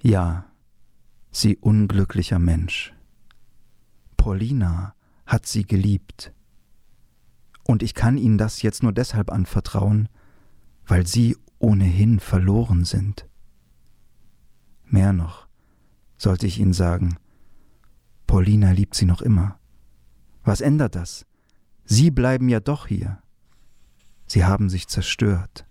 Ja, Sie unglücklicher Mensch. Paulina hat Sie geliebt. Und ich kann Ihnen das jetzt nur deshalb anvertrauen, weil Sie ohnehin verloren sind. Mehr noch, sollte ich Ihnen sagen, Paulina liebt Sie noch immer. Was ändert das? Sie bleiben ja doch hier. Sie haben sich zerstört.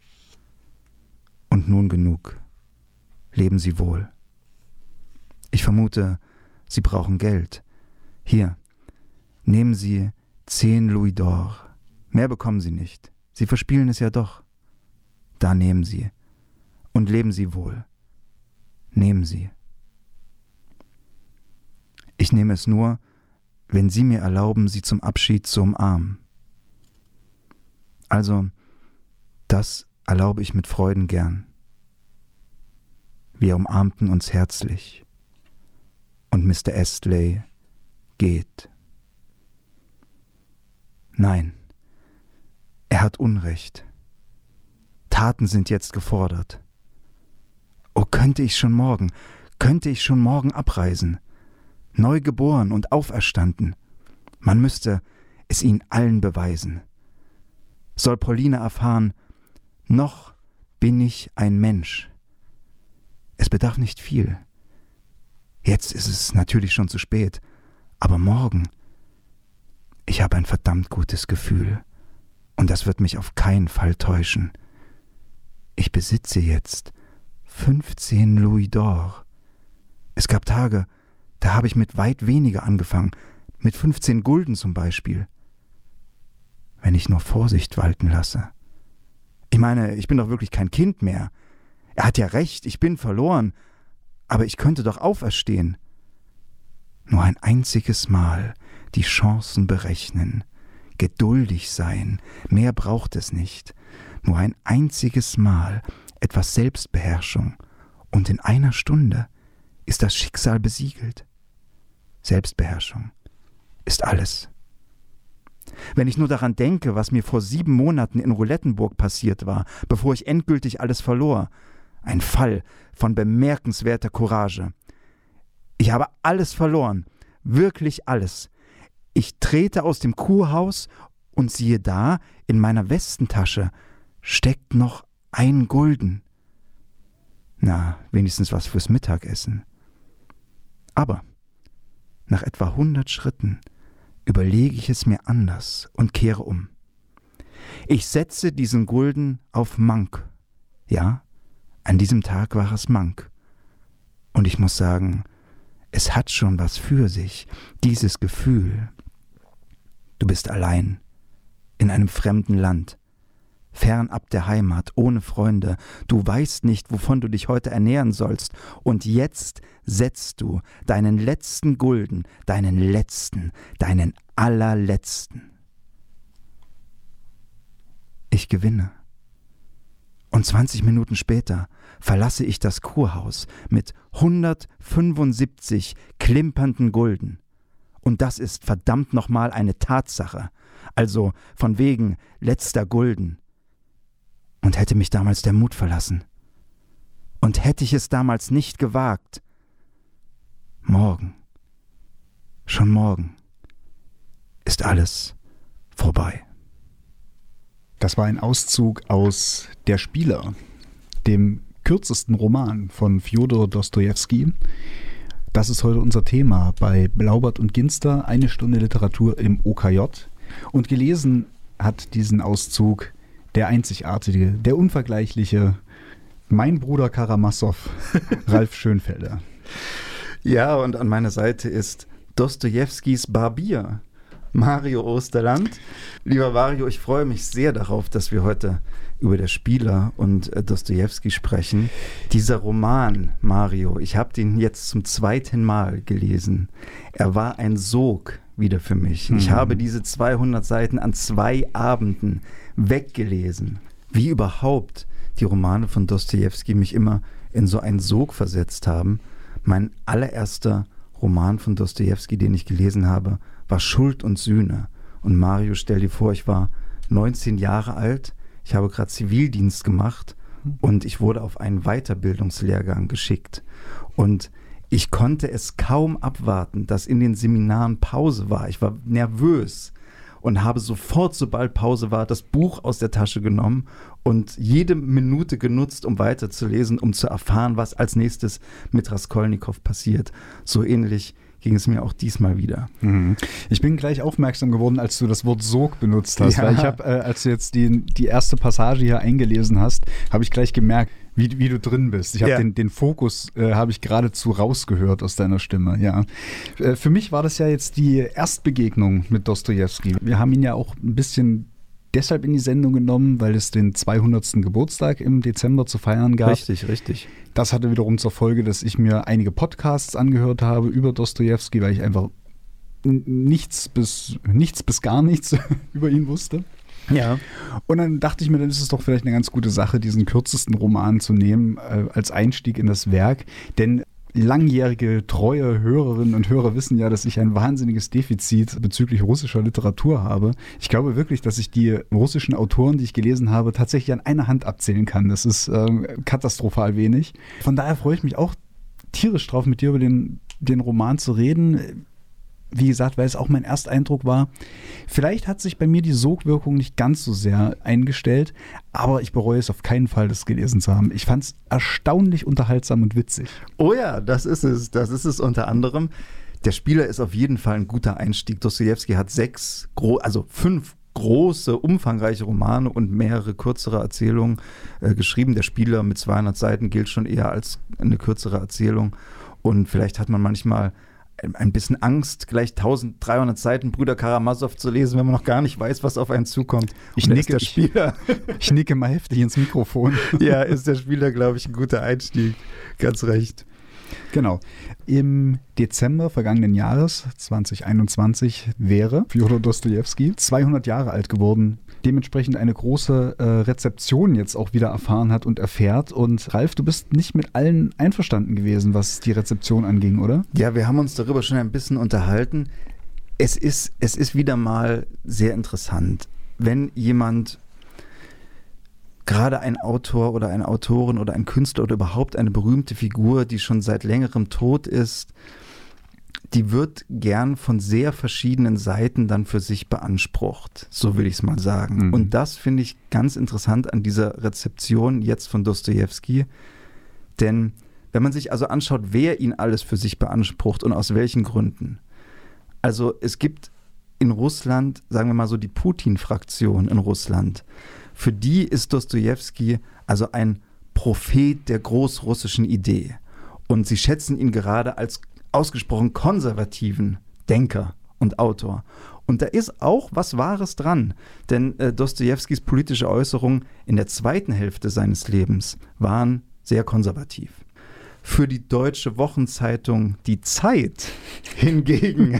Und nun genug. Leben Sie wohl. Ich vermute, Sie brauchen Geld. Hier, nehmen Sie 10 Louis d'Or. Mehr bekommen Sie nicht. Sie verspielen es ja doch. Da nehmen Sie. Und leben Sie wohl. Nehmen Sie. Ich nehme es nur, wenn Sie mir erlauben, Sie zum Abschied zu umarmen. Also, das erlaube ich mit Freuden gern. Wir umarmten uns herzlich. Und Mr. Astley geht. Nein, er hat Unrecht. Taten sind jetzt gefordert. Oh, könnte ich schon morgen abreisen, neu geboren und auferstanden. Man müsste es ihnen allen beweisen. Soll Paulina erfahren, noch bin ich ein Mensch. Es bedarf nicht viel. Jetzt ist es natürlich schon zu spät, aber morgen, ich habe ein verdammt gutes Gefühl und das wird mich auf keinen Fall täuschen. Ich besitze jetzt 15 Louis d'Or. Es gab Tage, da habe ich mit weit weniger angefangen, mit 15 Gulden zum Beispiel. Wenn ich nur Vorsicht walten lasse. Ich meine, ich bin doch wirklich kein Kind mehr. Er hat ja recht, ich bin verloren, aber ich könnte doch auferstehen. Nur ein einziges Mal die Chancen berechnen, geduldig sein, mehr braucht es nicht. Nur ein einziges Mal etwas Selbstbeherrschung und in einer Stunde ist das Schicksal besiegelt. Selbstbeherrschung ist alles. Wenn ich nur daran denke, was mir vor 7 Monaten in Roulettenburg passiert war, bevor ich endgültig alles verlor, ein Fall von bemerkenswerter Courage. Ich habe alles verloren, wirklich alles. Ich trete aus dem Kurhaus und siehe da, in meiner Westentasche steckt noch 1 Gulden. Na, wenigstens was fürs Mittagessen. Aber nach etwa 100 Schritten überlege ich es mir anders und kehre um. Ich setze diesen Gulden auf Mank. Ja, an diesem Tag war es Mank. Und ich muss sagen, es hat schon was für sich, dieses Gefühl. Du bist allein, in einem fremden Land, fernab der Heimat, ohne Freunde. Du weißt nicht, wovon du dich heute ernähren sollst. Und jetzt setzt du deinen letzten Gulden, deinen allerletzten. Ich gewinne. Und 20 Minuten später verlasse ich das Kurhaus mit 175 klimpernden Gulden. Und das ist verdammt nochmal eine Tatsache. Also von wegen letzter Gulden. Und hätte mich damals der Mut verlassen. Und hätte ich es damals nicht gewagt. Morgen, schon morgen, ist alles vorbei. Das war ein Auszug aus Der Spieler, dem kürzesten Roman von Fjodor Dostojewski. Das ist heute unser Thema bei Blaubart und Ginster, 1 Stunde Literatur im OKJ. Und gelesen hat diesen Auszug der einzigartige, der unvergleichliche, mein Bruder Karamazov, Ralf Schönfelder. Ja, und an meiner Seite ist Dostojewskis Barbier, Mario Osterland. Lieber Mario, ich freue mich sehr darauf, dass wir heute über Der Spieler und Dostojewski sprechen. Dieser Roman, Mario, ich habe den jetzt zum 2. Mal gelesen. Er war ein Sog wieder für mich. Ich habe diese 200 Seiten an 2 Abenden weggelesen. Wie überhaupt die Romane von Dostojewski mich immer in so einen Sog versetzt haben. Mein allererster Roman von Dostojewski, den ich gelesen habe, war Schuld und Sühne. Und Mario, stell dir vor, ich war 19 Jahre alt, ich habe gerade Zivildienst gemacht und ich wurde auf einen Weiterbildungslehrgang geschickt. Und ich konnte es kaum abwarten, dass in den Seminaren Pause war. Ich war nervös und habe sofort, sobald Pause war, das Buch aus der Tasche genommen und jede Minute genutzt, um weiterzulesen, um zu erfahren, was als nächstes mit Raskolnikow passiert. So ähnlich ging es mir auch diesmal wieder. Ich bin gleich aufmerksam geworden, als du das Wort Sog benutzt hast, Ja. weil ich habe, als du jetzt die erste Passage hier eingelesen hast, habe ich gleich gemerkt, wie du drin bist. Ich habe Ja. den Fokus habe ich geradezu rausgehört aus deiner Stimme. Ja. Für mich war das ja jetzt die Erstbegegnung mit Dostojewski. Wir haben ihn ja auch ein bisschen deshalb in die Sendung genommen, weil es den 200. Geburtstag im Dezember zu feiern gab. Richtig. Das hatte wiederum zur Folge, dass ich mir einige Podcasts angehört habe über Dostojewski, weil ich einfach nichts bis gar nichts über ihn wusste. Ja. Und dann dachte ich mir, dann ist es doch vielleicht eine ganz gute Sache, diesen kürzesten Roman zu nehmen als Einstieg in das Werk. Denn langjährige, treue Hörerinnen und Hörer wissen ja, dass ich ein wahnsinniges Defizit bezüglich russischer Literatur habe. Ich glaube wirklich, dass ich die russischen Autoren, die ich gelesen habe, tatsächlich an einer Hand abzählen kann. Das ist katastrophal wenig. Von daher freue ich mich auch tierisch drauf, mit dir über den Roman zu reden. Wie gesagt, weil es auch mein Ersteindruck war. Vielleicht hat sich bei mir die Sogwirkung nicht ganz so sehr eingestellt, aber ich bereue es auf keinen Fall, das gelesen zu haben. Ich fand es erstaunlich unterhaltsam und witzig. Oh ja, das ist es. Das ist es unter anderem. Der Spieler ist auf jeden Fall ein guter Einstieg. Dostojewski hat 5 große, umfangreiche Romane und mehrere kürzere Erzählungen geschrieben. Der Spieler mit 200 Seiten gilt schon eher als eine kürzere Erzählung. Und vielleicht hat man manchmal ein bisschen Angst, gleich 1300 Seiten Brüder Karamasow zu lesen, wenn man noch gar nicht weiß, was auf einen zukommt. Ich nicke mal heftig ins Mikrofon. Ja, ist der Spieler, glaube ich, ein guter Einstieg. Ganz recht. Genau. Im Dezember vergangenen Jahres, 2021, wäre Fjodor Dostojewski 200 Jahre alt geworden. Dementsprechend eine große Rezeption jetzt auch wieder erfahren hat und erfährt. Und Ralf, du bist nicht mit allen einverstanden gewesen, was die Rezeption anging, oder? Ja, wir haben uns darüber schon ein bisschen unterhalten. Es ist wieder mal sehr interessant, wenn jemand, gerade ein Autor oder eine Autorin oder ein Künstler oder überhaupt eine berühmte Figur, die schon seit längerem tot ist, die wird gern von sehr verschiedenen Seiten dann für sich beansprucht, so will ich es mal sagen. Und das finde ich ganz interessant an dieser Rezeption jetzt von Dostojewski, denn wenn man sich also anschaut, wer ihn alles für sich beansprucht und aus welchen Gründen. Also es gibt in Russland, sagen wir mal so, die Putin-Fraktion in Russland. Für die ist Dostojewski also ein Prophet der großrussischen Idee. Und sie schätzen ihn gerade als ausgesprochen konservativen Denker und Autor. Und da ist auch was Wahres dran, denn Dostojewskis politische Äußerungen in der zweiten Hälfte seines Lebens waren sehr konservativ. Für die deutsche Wochenzeitung Die Zeit hingegen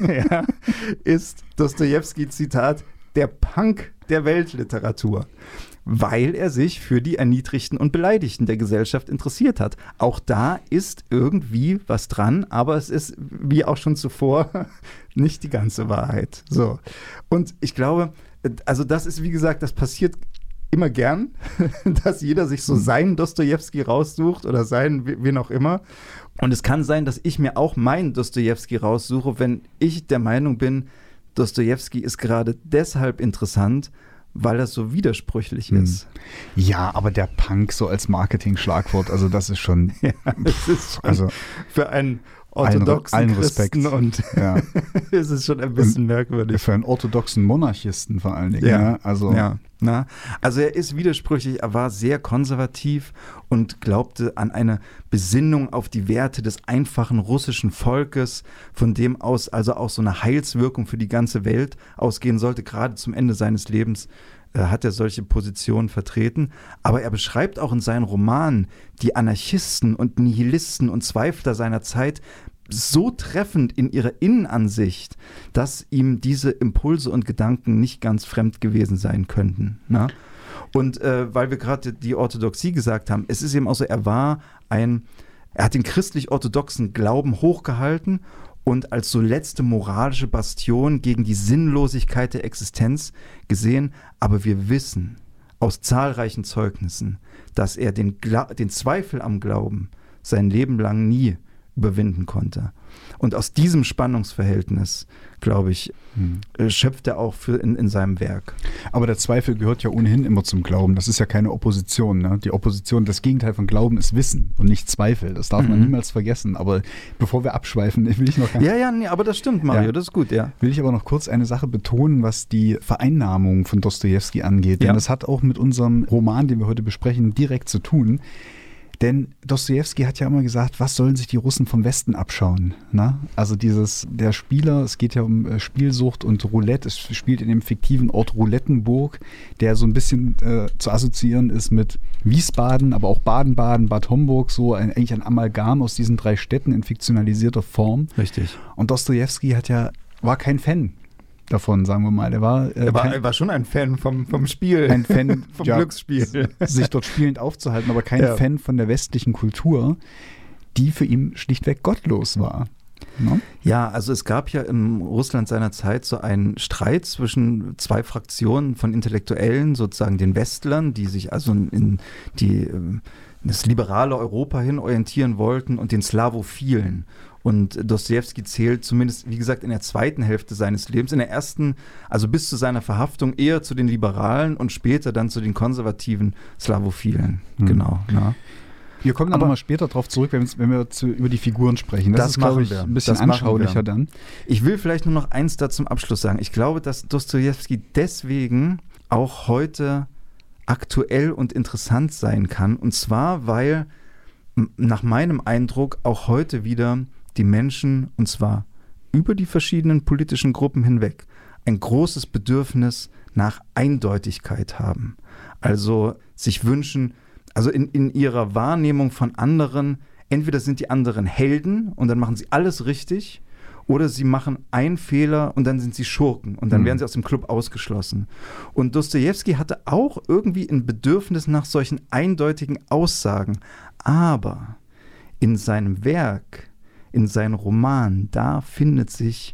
ist Dostojewski, Zitat, der Punk der Weltliteratur, weil er sich für die Erniedrigten und Beleidigten der Gesellschaft interessiert hat. Auch da ist irgendwie was dran, aber es ist, wie auch schon zuvor, nicht die ganze Wahrheit. So. Und ich glaube, also das ist, wie gesagt, das passiert immer gern, dass jeder sich so seinen Dostojewski raussucht oder seinen, wen auch immer. Und es kann sein, dass ich mir auch meinen Dostojewski raussuche, wenn ich der Meinung bin, Dostojewski ist gerade deshalb interessant, weil er so widersprüchlich ist. Ja, aber der Punk so als Marketing-Schlagwort, also das ist schon, ja, das ist schon also für einen orthodoxen allen Christen Respekt. und ja. es ist schon ein bisschen merkwürdig. Für einen orthodoxen Monarchisten vor allen Dingen. Ja, ne? Also, ja. Na, also er ist widersprüchlich, er war sehr konservativ und glaubte an eine Besinnung auf die Werte des einfachen russischen Volkes, von dem aus also auch so eine Heilswirkung für die ganze Welt ausgehen sollte. Gerade zum Ende seines Lebens hat er solche Positionen vertreten. Aber er beschreibt auch in seinen Romanen die Anarchisten und Nihilisten und Zweifler seiner Zeit so treffend in ihrer Innenansicht, dass ihm diese Impulse und Gedanken nicht ganz fremd gewesen sein könnten. Ne? Und weil wir gerade die Orthodoxie gesagt haben, es ist eben auch so, er hat den christlich-orthodoxen Glauben hochgehalten und als so letzte moralische Bastion gegen die Sinnlosigkeit der Existenz gesehen. Aber wir wissen, aus zahlreichen Zeugnissen, dass er den Zweifel am Glauben sein Leben lang nie überwinden konnte. Und aus diesem Spannungsverhältnis, glaube ich, schöpft er auch in seinem Werk. Aber der Zweifel gehört ja ohnehin immer zum Glauben. Das ist ja keine Opposition. Ne? Die Opposition, das Gegenteil von Glauben ist Wissen und nicht Zweifel. Das darf man niemals vergessen. Aber bevor wir abschweifen, will ich noch... Nee, aber das stimmt, Mario, das ist gut, ja. Will ich aber noch kurz eine Sache betonen, was die Vereinnahmung von Dostojewski angeht. Denn das hat auch mit unserem Roman, den wir heute besprechen, direkt zu tun. Denn Dostojewski hat ja immer gesagt, was sollen sich die Russen vom Westen abschauen? Na? Also der Spieler, es geht ja um Spielsucht und Roulette, es spielt in dem fiktiven Ort Roulettenburg, der so ein bisschen zu assoziieren ist mit Wiesbaden, aber auch Baden-Baden, Bad Homburg, so eigentlich ein Amalgam aus diesen 3 Städten in fiktionalisierter Form. Richtig. Und Dostojewski war kein Fan davon, sagen wir mal. Er war schon ein Fan vom Spiel. Ein Fan vom Glücksspiel. Sich dort spielend aufzuhalten, aber kein Fan von der westlichen Kultur, die für ihn schlichtweg gottlos war. No? Ja, also es gab ja im Russland seiner Zeit so einen Streit zwischen 2 Fraktionen von Intellektuellen, sozusagen den Westlern, die sich also in das liberale Europa hin orientieren wollten, und den Slawophilen. Und Dostojewski zählt zumindest, wie gesagt, in der zweiten Hälfte seines Lebens, in der ersten, also bis zu seiner Verhaftung, eher zu den Liberalen und später dann zu den konservativen Slawophilen. Genau. Ja. Wir kommen dann nochmal später drauf zurück, wenn wir über die Figuren sprechen. Das ist, glaube ich, ein bisschen anschaulicher dann. Ich will vielleicht nur noch eins da zum Abschluss sagen. Ich glaube, dass Dostojewski deswegen auch heute aktuell und interessant sein kann. Und zwar, weil nach meinem Eindruck auch heute wieder die Menschen, und zwar über die verschiedenen politischen Gruppen hinweg, ein großes Bedürfnis nach Eindeutigkeit haben. Also sich wünschen, also in ihrer Wahrnehmung von anderen, entweder sind die anderen Helden und dann machen sie alles richtig, oder sie machen einen Fehler und dann sind sie Schurken und dann werden sie aus dem Club ausgeschlossen. Und Dostojewski hatte auch irgendwie ein Bedürfnis nach solchen eindeutigen Aussagen. Aber in seinem Werk, in seinen Romanen, da findet sich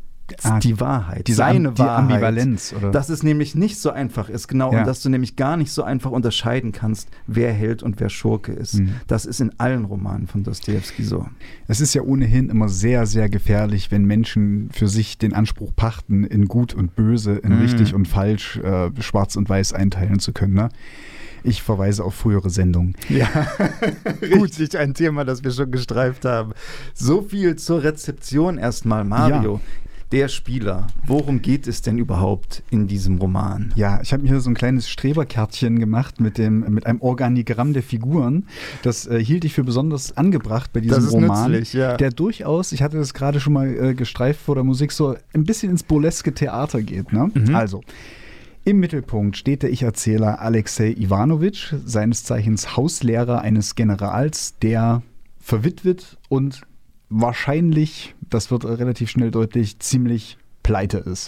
die Wahrheit, seine Wahrheit. Die Ambivalenz, oder? Dass es nämlich nicht so einfach ist, genau, und dass du nämlich gar nicht so einfach unterscheiden kannst, wer Held und wer Schurke ist. Das ist in allen Romanen von Dostojewski so. Es ist ja ohnehin immer sehr, sehr gefährlich, wenn Menschen für sich den Anspruch pachten, in Gut und Böse, in richtig und falsch, schwarz und weiß einteilen zu können, ne? Ich verweise auf frühere Sendungen. Ja, richtig, ein Thema, das wir schon gestreift haben. So viel zur Rezeption erstmal, Mario. Ja. Der Spieler, worum geht es denn überhaupt in diesem Roman? Ja, ich habe mir hier so ein kleines Streberkärtchen gemacht mit einem Organigramm der Figuren. Das hielt ich für besonders angebracht bei diesem Roman. Nützlich, ja. Der durchaus, ich hatte das gerade schon mal gestreift vor der Musik, so ein bisschen ins burleske Theater geht. Ne? Also, im Mittelpunkt steht der Ich-Erzähler Alexei Iwanowitsch, seines Zeichens Hauslehrer eines Generals, der verwitwet und wahrscheinlich, das wird relativ schnell deutlich, ziemlich pleite ist.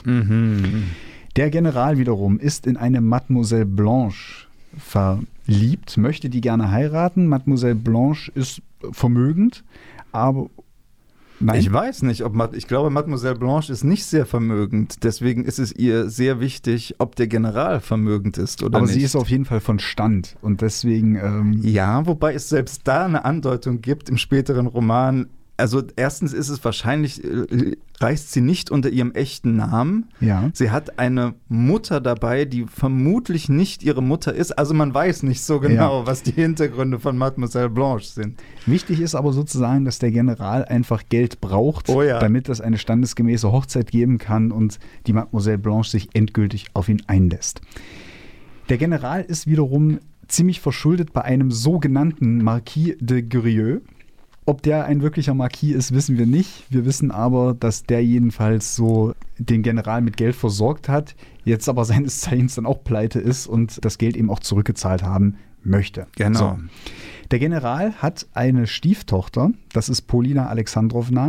Der General wiederum ist in eine Mademoiselle Blanche verliebt, möchte die gerne heiraten. Mademoiselle Blanche ist vermögend, aber nein. Ich weiß nicht, ich glaube, Mademoiselle Blanche ist nicht sehr vermögend. Deswegen ist es ihr sehr wichtig, ob der General vermögend ist oder nicht. Aber sie ist auf jeden Fall von Stand und deswegen... ja, wobei es selbst da eine Andeutung gibt im späteren Roman. Also erstens ist es wahrscheinlich, reist sie nicht unter ihrem echten Namen. Ja. Sie hat eine Mutter dabei, die vermutlich nicht ihre Mutter ist. Also man weiß nicht so genau, was die Hintergründe von Mademoiselle Blanche sind. Wichtig ist aber sozusagen, dass der General einfach Geld braucht, damit es eine standesgemäße Hochzeit geben kann und die Mademoiselle Blanche sich endgültig auf ihn einlässt. Der General ist wiederum ziemlich verschuldet bei einem sogenannten Marquis de Grieux. Ob der ein wirklicher Marquis ist, wissen wir nicht. Wir wissen aber, dass der jedenfalls so den General mit Geld versorgt hat, jetzt aber seines Zeichens dann auch pleite ist und das Geld eben auch zurückgezahlt haben möchte. Genau. So. Der General hat eine Stieftochter, das ist Polina Alexandrowna.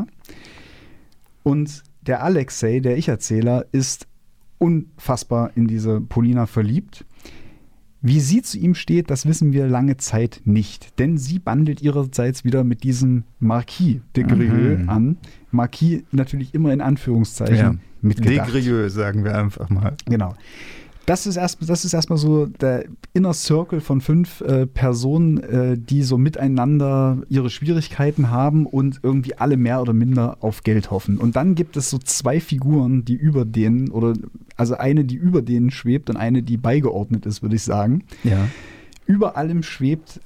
Und der Alexei, der Ich-Erzähler, ist unfassbar in diese Polina verliebt. Wie sie zu ihm steht, das wissen wir lange Zeit nicht. Denn sie bandelt ihrerseits wieder mit diesem Marquis de Grieux an. Marquis natürlich immer in Anführungszeichen mitgedacht. De Grieux, sagen wir einfach mal. Genau. Das ist erstmal so der Inner Circle von 5 Personen, die so miteinander ihre Schwierigkeiten haben und irgendwie alle mehr oder minder auf Geld hoffen. Und dann gibt es so 2 Figuren, die über denen, also eine, die über denen schwebt und eine, die beigeordnet ist, würde ich sagen. Ja. Über allem schwebt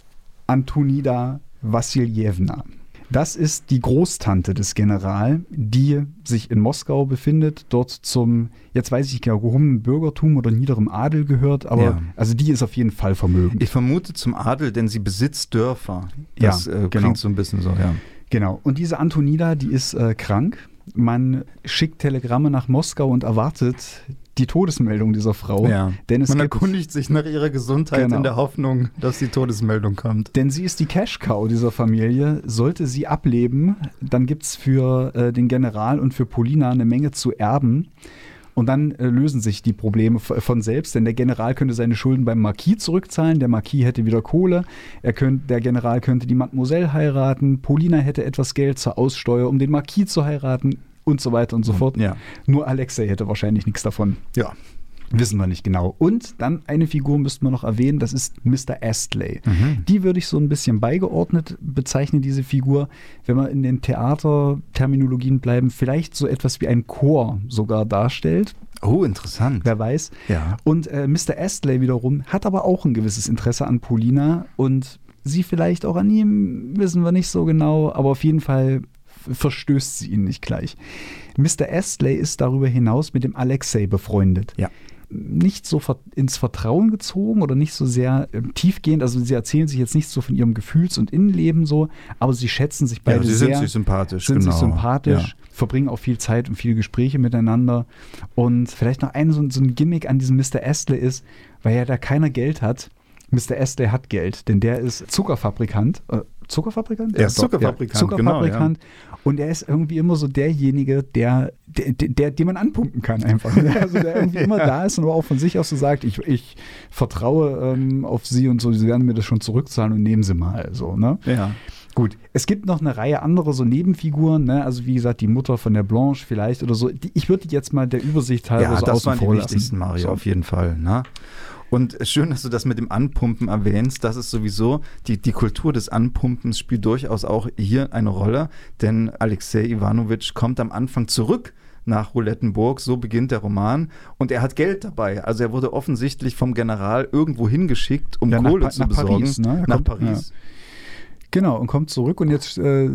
Antonida Wassiljewna. Das ist die Großtante des General, die sich in Moskau befindet, dort zum, jetzt weiß ich nicht genau, gehobenen Bürgertum oder niederem Adel gehört, aber also die ist auf jeden Fall vermögend. Ich vermute zum Adel, denn sie besitzt Dörfer. Das klingt so ein bisschen so, ja. Genau. Und diese Antonida, die ist krank. Man schickt Telegramme nach Moskau und erwartet die Todesmeldung dieser Frau. Ja. Denn man erkundigt sich nach ihrer Gesundheit in der Hoffnung, dass die Todesmeldung kommt. Denn sie ist die Cash-Cow dieser Familie. Sollte sie ableben, dann gibt es für den General und für Polina eine Menge zu erben. Und dann lösen sich die Probleme von selbst, denn der General könnte seine Schulden beim Marquis zurückzahlen, der Marquis hätte wieder Kohle, der General könnte die Mademoiselle heiraten, Polina hätte etwas Geld zur Aussteuer, um den Marquis zu heiraten und so weiter und so fort. Ja. Nur Alexei hätte wahrscheinlich nichts davon. Ja. Wissen wir nicht genau. Und dann eine Figur müssten wir noch erwähnen, das ist Mr. Astley. Die würde ich so ein bisschen beigeordnet bezeichnen, diese Figur. Wenn wir in den Theaterterminologien bleiben, vielleicht so etwas wie ein Chor sogar darstellt. Oh, interessant. Wer weiß. Ja. Und Mr. Astley wiederum hat aber auch ein gewisses Interesse an Polina und sie vielleicht auch an ihm, wissen wir nicht so genau, aber auf jeden Fall verstößt sie ihn nicht gleich. Mr. Astley ist darüber hinaus mit dem Alexei befreundet. Ja. Nicht so ins Vertrauen gezogen oder nicht so sehr tiefgehend. Also sie erzählen sich jetzt nicht so von ihrem Gefühls- und Innenleben so, aber sie schätzen sich beide sehr. Sind sich sympathisch. Sind sich sympathisch, verbringen auch viel Zeit und viele Gespräche miteinander. Und vielleicht noch so ein Gimmick an diesem Mr. Astley ist, weil ja da keiner Geld hat. Mr. Astley hat Geld, denn der ist Zuckerfabrikant. Zuckerfabrikant? Er ist Zuckerfabrikant, Zuckerfabrikant. Genau, ja. Und er ist irgendwie immer so derjenige, den man anpumpen kann einfach. Also der irgendwie immer da ist und aber auch von sich aus so sagt, ich vertraue auf sie und so, sie werden mir das schon zurückzahlen und nehmen sie mal. So, ne? Ja. Gut, es gibt noch eine Reihe anderer so Nebenfiguren, ne? Also wie gesagt, die Mutter von der Blanche vielleicht oder so. Ich würde die jetzt mal der Übersicht halber so außen vor lassen. Ja, das waren die wichtigsten, Mario, auf jeden Fall. Ne? Und schön, dass du das mit dem Anpumpen erwähnst. Das ist sowieso, die Kultur des Anpumpens spielt durchaus auch hier eine Rolle. Denn Alexei Iwanowitsch kommt am Anfang zurück nach Roulettenburg, so beginnt der Roman. Und er hat Geld dabei. Also er wurde offensichtlich vom General irgendwo hingeschickt, um Kohle zu besorgen. Paris, ne? Nach Paris. Ja. Genau, und kommt zurück und jetzt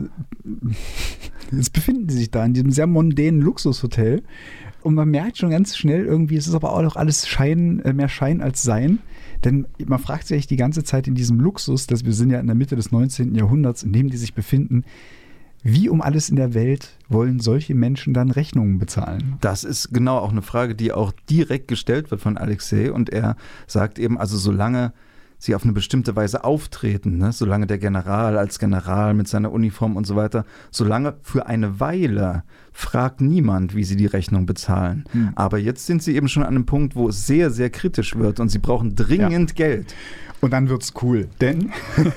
befinden sie sich da in diesem sehr mondänen Luxushotel. Und man merkt schon ganz schnell irgendwie, es ist aber auch alles mehr Schein als Sein. Denn man fragt sich die ganze Zeit in diesem Luxus, dass wir sind ja in der Mitte des 19. Jahrhunderts, in dem die sich befinden, wie um alles in der Welt wollen solche Menschen dann Rechnungen bezahlen? Das ist genau auch eine Frage, die auch direkt gestellt wird von Alexei. Und er sagt eben, also solange sie auf eine bestimmte Weise auftreten, ne? Solange der General als General mit seiner Uniform und so weiter, solange für eine Weile fragt niemand, wie sie die Rechnung bezahlen. Aber jetzt sind sie eben schon an einem Punkt, wo es sehr, sehr kritisch wird und sie brauchen dringend Geld. Und dann wird's cool, denn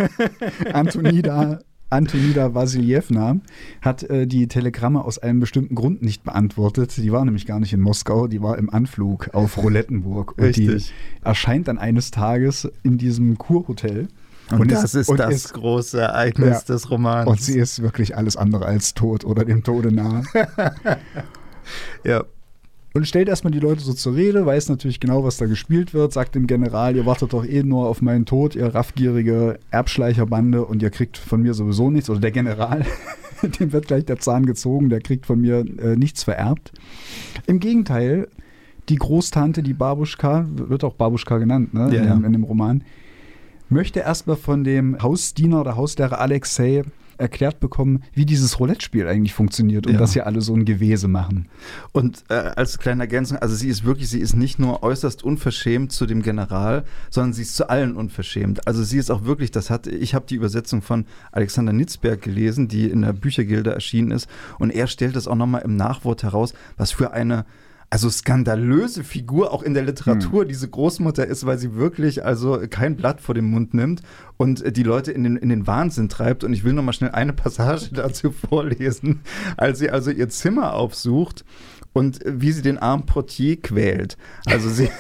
Antonida Wassiljewna hat die Telegramme aus einem bestimmten Grund nicht beantwortet. Die war nämlich gar nicht in Moskau, die war im Anflug auf Roulettenburg. Und Richtig. Die erscheint dann eines Tages in diesem Kurhotel. Und das ist das große Ereignis des Romans. Und sie ist wirklich alles andere als tot oder dem Tode nahe. Ja. Und stellt erstmal die Leute so zur Rede, weiß natürlich genau, was da gespielt wird, sagt dem General, ihr wartet doch eh nur auf meinen Tod, ihr raffgierige Erbschleicherbande und ihr kriegt von mir sowieso nichts. Oder der General, dem wird gleich der Zahn gezogen, der kriegt von mir nichts vererbt. Im Gegenteil, die Großtante, die Babuschka, wird auch Babuschka genannt, ne, in dem Roman, möchte erstmal von dem Hausdiener oder Hauslehrer Alexei erklärt bekommen, wie dieses Roulette-Spiel eigentlich funktioniert und dass hier alle so ein Gewese machen. Und als kleine Ergänzung, also sie ist nicht nur äußerst unverschämt zu dem General, sondern sie ist zu allen unverschämt. Also sie ist auch wirklich, ich habe die Übersetzung von Alexander Nitzberg gelesen, die in der Büchergilde erschienen ist und er stellt das auch nochmal im Nachwort heraus, was für eine skandalöse Figur auch in der Literatur diese Großmutter ist, weil sie wirklich kein Blatt vor den Mund nimmt und die Leute in den Wahnsinn treibt. Und ich will noch mal schnell eine Passage dazu vorlesen, als sie ihr Zimmer aufsucht und wie sie den armen Portier quält. Also sie,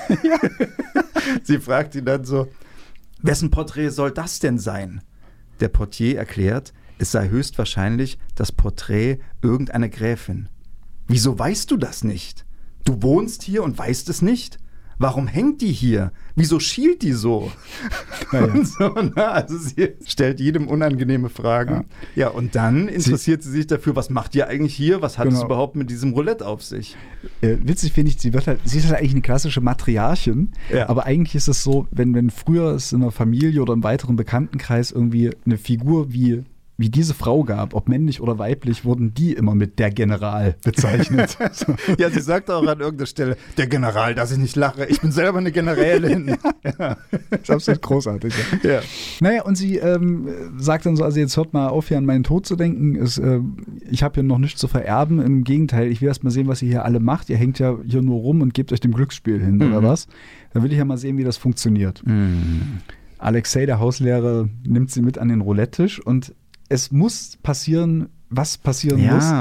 sie fragt ihn dann so, wessen Porträt soll das denn sein? Der Portier erklärt, es sei höchstwahrscheinlich das Porträt irgendeiner Gräfin. Wieso weißt du das nicht? Du wohnst hier und weißt es nicht? Warum hängt die hier? Wieso schielt die so? Ja. Und so, also sie stellt jedem unangenehme Fragen. Ja, und dann interessiert sie sich dafür, was macht ihr eigentlich hier? Was hat es überhaupt mit diesem Roulette auf sich? Witzig finde ich, sie ist halt eigentlich eine klassische Matriarchin, aber eigentlich ist es so, wenn früher es in einer Familie oder im weiteren Bekanntenkreis irgendwie eine Figur wie diese Frau gab, ob männlich oder weiblich, wurden die immer mit der General bezeichnet. So. Ja, sie sagt auch an irgendeiner Stelle, der General, dass ich nicht lache, ich bin selber eine Generälin. Ja. Das ist absolut großartig. Ja. Naja, und sie sagt dann so, also jetzt hört mal auf, hier an meinen Tod zu denken. Ich habe hier noch nichts zu vererben. Im Gegenteil, ich will erst mal sehen, was ihr hier alle macht. Ihr hängt ja hier nur rum und gebt euch dem Glücksspiel hin, oder was? Dann will ich ja mal sehen, wie das funktioniert. Alexei, der Hauslehrer, nimmt sie mit an den Roulette-Tisch und es muss passieren, was passieren muss.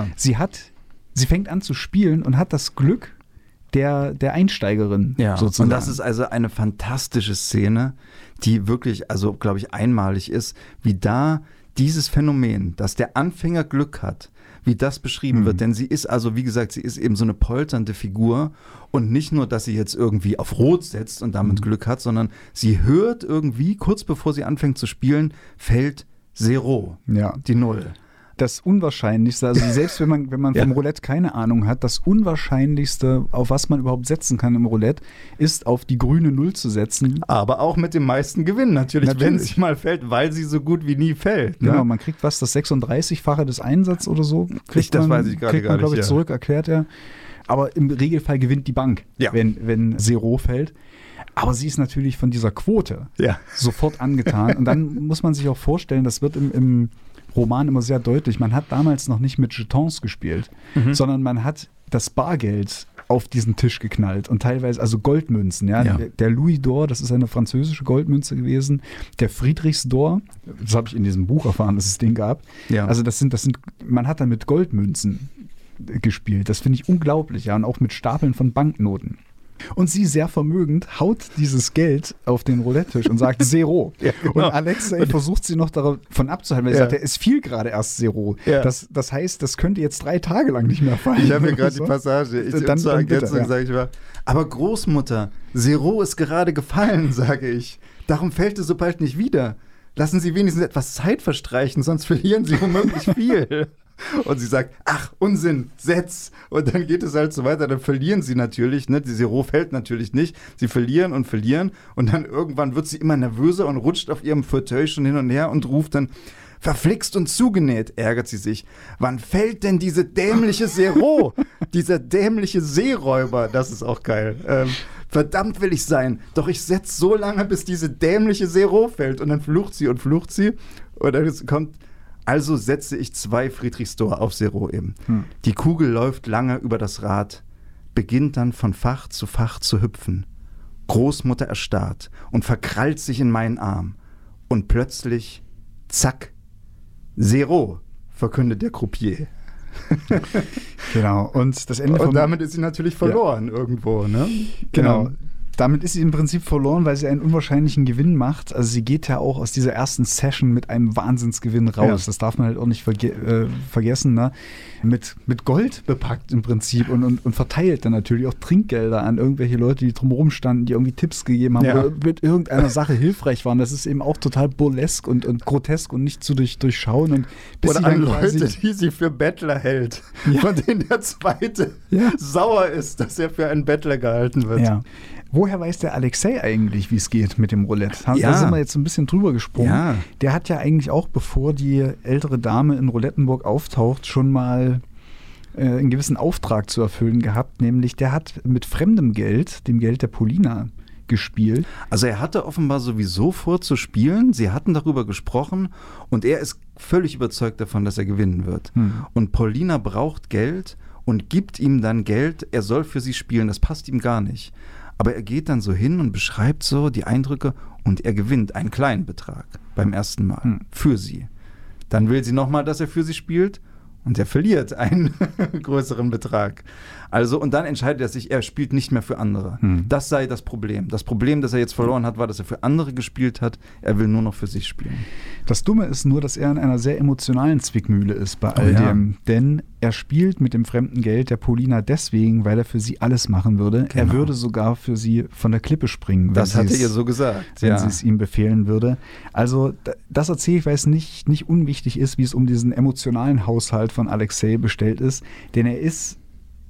Sie fängt an zu spielen und hat das Glück der Einsteigerin sozusagen. Und das ist also eine fantastische Szene, die wirklich, also glaube ich, einmalig ist, wie da dieses Phänomen, dass der Anfänger Glück hat, wie das beschrieben wird. Denn sie ist also, wie gesagt, sie ist eben so eine polternde Figur und nicht nur, dass sie jetzt irgendwie auf Rot setzt und damit Glück hat, sondern sie hört irgendwie, kurz bevor sie anfängt zu spielen, fällt Zero, die Null. Das Unwahrscheinlichste, also selbst wenn man vom Roulette keine Ahnung hat, das Unwahrscheinlichste, auf was man überhaupt setzen kann im Roulette, ist auf die grüne Null zu setzen. Aber auch mit dem meisten Gewinn natürlich, wenn sie mal fällt, weil sie so gut wie nie fällt. Ne? Genau, man kriegt das 36-fache des Einsatzes oder so. Das weiß ich gerade gar nicht. Glaube ich, zurück, erklärt er. Aber im Regelfall gewinnt die Bank, wenn Zero fällt. Aber sie ist natürlich von dieser Quote sofort angetan. Und dann muss man sich auch vorstellen, das wird im Roman immer sehr deutlich, man hat damals noch nicht mit Jetons gespielt, sondern man hat das Bargeld auf diesen Tisch geknallt und teilweise also Goldmünzen. Der Louis d'Or, das ist eine französische Goldmünze gewesen. Der Friedrichsdor, das habe ich in diesem Buch erfahren, dass es den gab. Ja. Also man hat dann mit Goldmünzen gespielt. Das finde ich unglaublich. Und auch mit Stapeln von Banknoten. Und sie, sehr vermögend, haut dieses Geld auf den Roulette-Tisch und sagt Zero. Genau. Und Alexei versucht sie noch davon abzuhalten, weil sie sagt, es fiel gerade erst Zero. Ja. Das heißt, das könnte jetzt 3 Tage lang nicht mehr fallen. Ich habe mir gerade die Passage. Zur Ergänzung sage ich mal, aber Großmutter, Zero ist gerade gefallen, sage ich. Darum fällt es so bald nicht wieder. Lassen Sie wenigstens etwas Zeit verstreichen, sonst verlieren Sie womöglich viel. Und sie sagt, ach, Unsinn, setz. Und dann geht es halt so weiter, dann verlieren sie natürlich, ne? Die Zero fällt natürlich nicht. Sie verlieren und dann irgendwann wird sie immer nervöser und rutscht auf ihrem Fauteuil schon hin und her und ruft dann, verflixt und zugenäht, ärgert sie sich. Wann fällt denn diese dämliche Zero? Dieser dämliche Seeräuber, das ist auch geil. Verdammt will ich sein, doch ich setz so lange, bis diese dämliche Zero fällt. Und dann flucht sie. Und dann kommt... Also setze ich 2 Friedrichsdor auf Zero eben. Die Kugel läuft lange über das Rad, beginnt dann von Fach zu hüpfen. Großmutter erstarrt und verkrallt sich in meinen Arm. Und plötzlich, zack, Zero, verkündet der Croupier. Genau, und das Ende und damit ist sie natürlich verloren irgendwo, ne? Genau. Damit ist sie im Prinzip verloren, weil sie einen unwahrscheinlichen Gewinn macht. Also sie geht ja auch aus dieser ersten Session mit einem Wahnsinnsgewinn raus. Ja. Das darf man halt auch nicht vergessen. Ne? Mit Gold bepackt im Prinzip und verteilt dann natürlich auch Trinkgelder an irgendwelche Leute, die drumherum standen, die irgendwie Tipps gegeben haben oder mit irgendeiner Sache hilfreich waren. Das ist eben auch total burlesk und grotesk und nicht zu durchschauen. Und bis oder an Leute, die sie für Bettler hält, von denen der Zweite sauer ist, dass er für einen Bettler gehalten wird. Ja. Woher weiß der Alexei eigentlich, wie es geht mit dem Roulette? Da sind wir jetzt ein bisschen drüber gesprungen. Ja. Der hat ja eigentlich auch, bevor die ältere Dame in Roulettenburg auftaucht, schon mal einen gewissen Auftrag zu erfüllen gehabt. Nämlich, der hat mit fremdem Geld, dem Geld der Polina, gespielt. Also er hatte offenbar sowieso vor zu spielen. Sie hatten darüber gesprochen und er ist völlig überzeugt davon, dass er gewinnen wird. Und Polina braucht Geld und gibt ihm dann Geld. Er soll für sie spielen. Das passt ihm gar nicht. Aber er geht dann so hin und beschreibt so die Eindrücke und er gewinnt einen kleinen Betrag beim ersten Mal für sie. Dann will sie nochmal, dass er für sie spielt Und er verliert einen größeren Betrag. Also, und dann entscheidet er sich, er spielt nicht mehr für andere. Das sei das Problem. Das Problem, das er jetzt verloren hat, war, dass er für andere gespielt hat. Er will nur noch für sich spielen. Das Dumme ist nur, dass er in einer sehr emotionalen Zwickmühle ist bei all dem. Denn er spielt mit dem fremden Geld der Polina deswegen, weil er für sie alles machen würde. Genau. Er würde sogar für sie von der Klippe springen. Das hat er ihr so gesagt. Wenn sie es ihm befehlen würde. Also das erzähle ich, weil es nicht unwichtig ist, wie es um diesen emotionalen Haushalt von Alexei bestellt ist. Denn er ist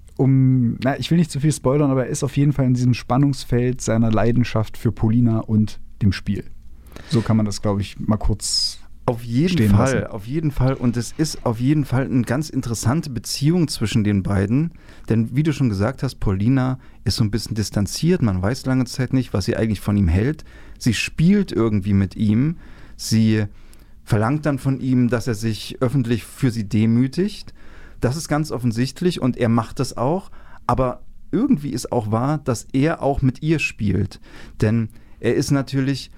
ich will nicht zu viel spoilern, aber er ist auf jeden Fall in diesem Spannungsfeld seiner Leidenschaft für Polina und dem Spiel. So kann man das, glaube ich, mal kurz auf jeden Fall. Und es ist auf jeden Fall eine ganz interessante Beziehung zwischen den beiden. Denn wie du schon gesagt hast, Polina ist so ein bisschen distanziert. Man weiß lange Zeit nicht, was sie eigentlich von ihm hält. Sie spielt irgendwie mit ihm. Sie verlangt dann von ihm, dass er sich öffentlich für sie demütigt. Das ist ganz offensichtlich und er macht das auch, aber irgendwie ist auch wahr, dass er auch mit ihr spielt. Denn er ist natürlich,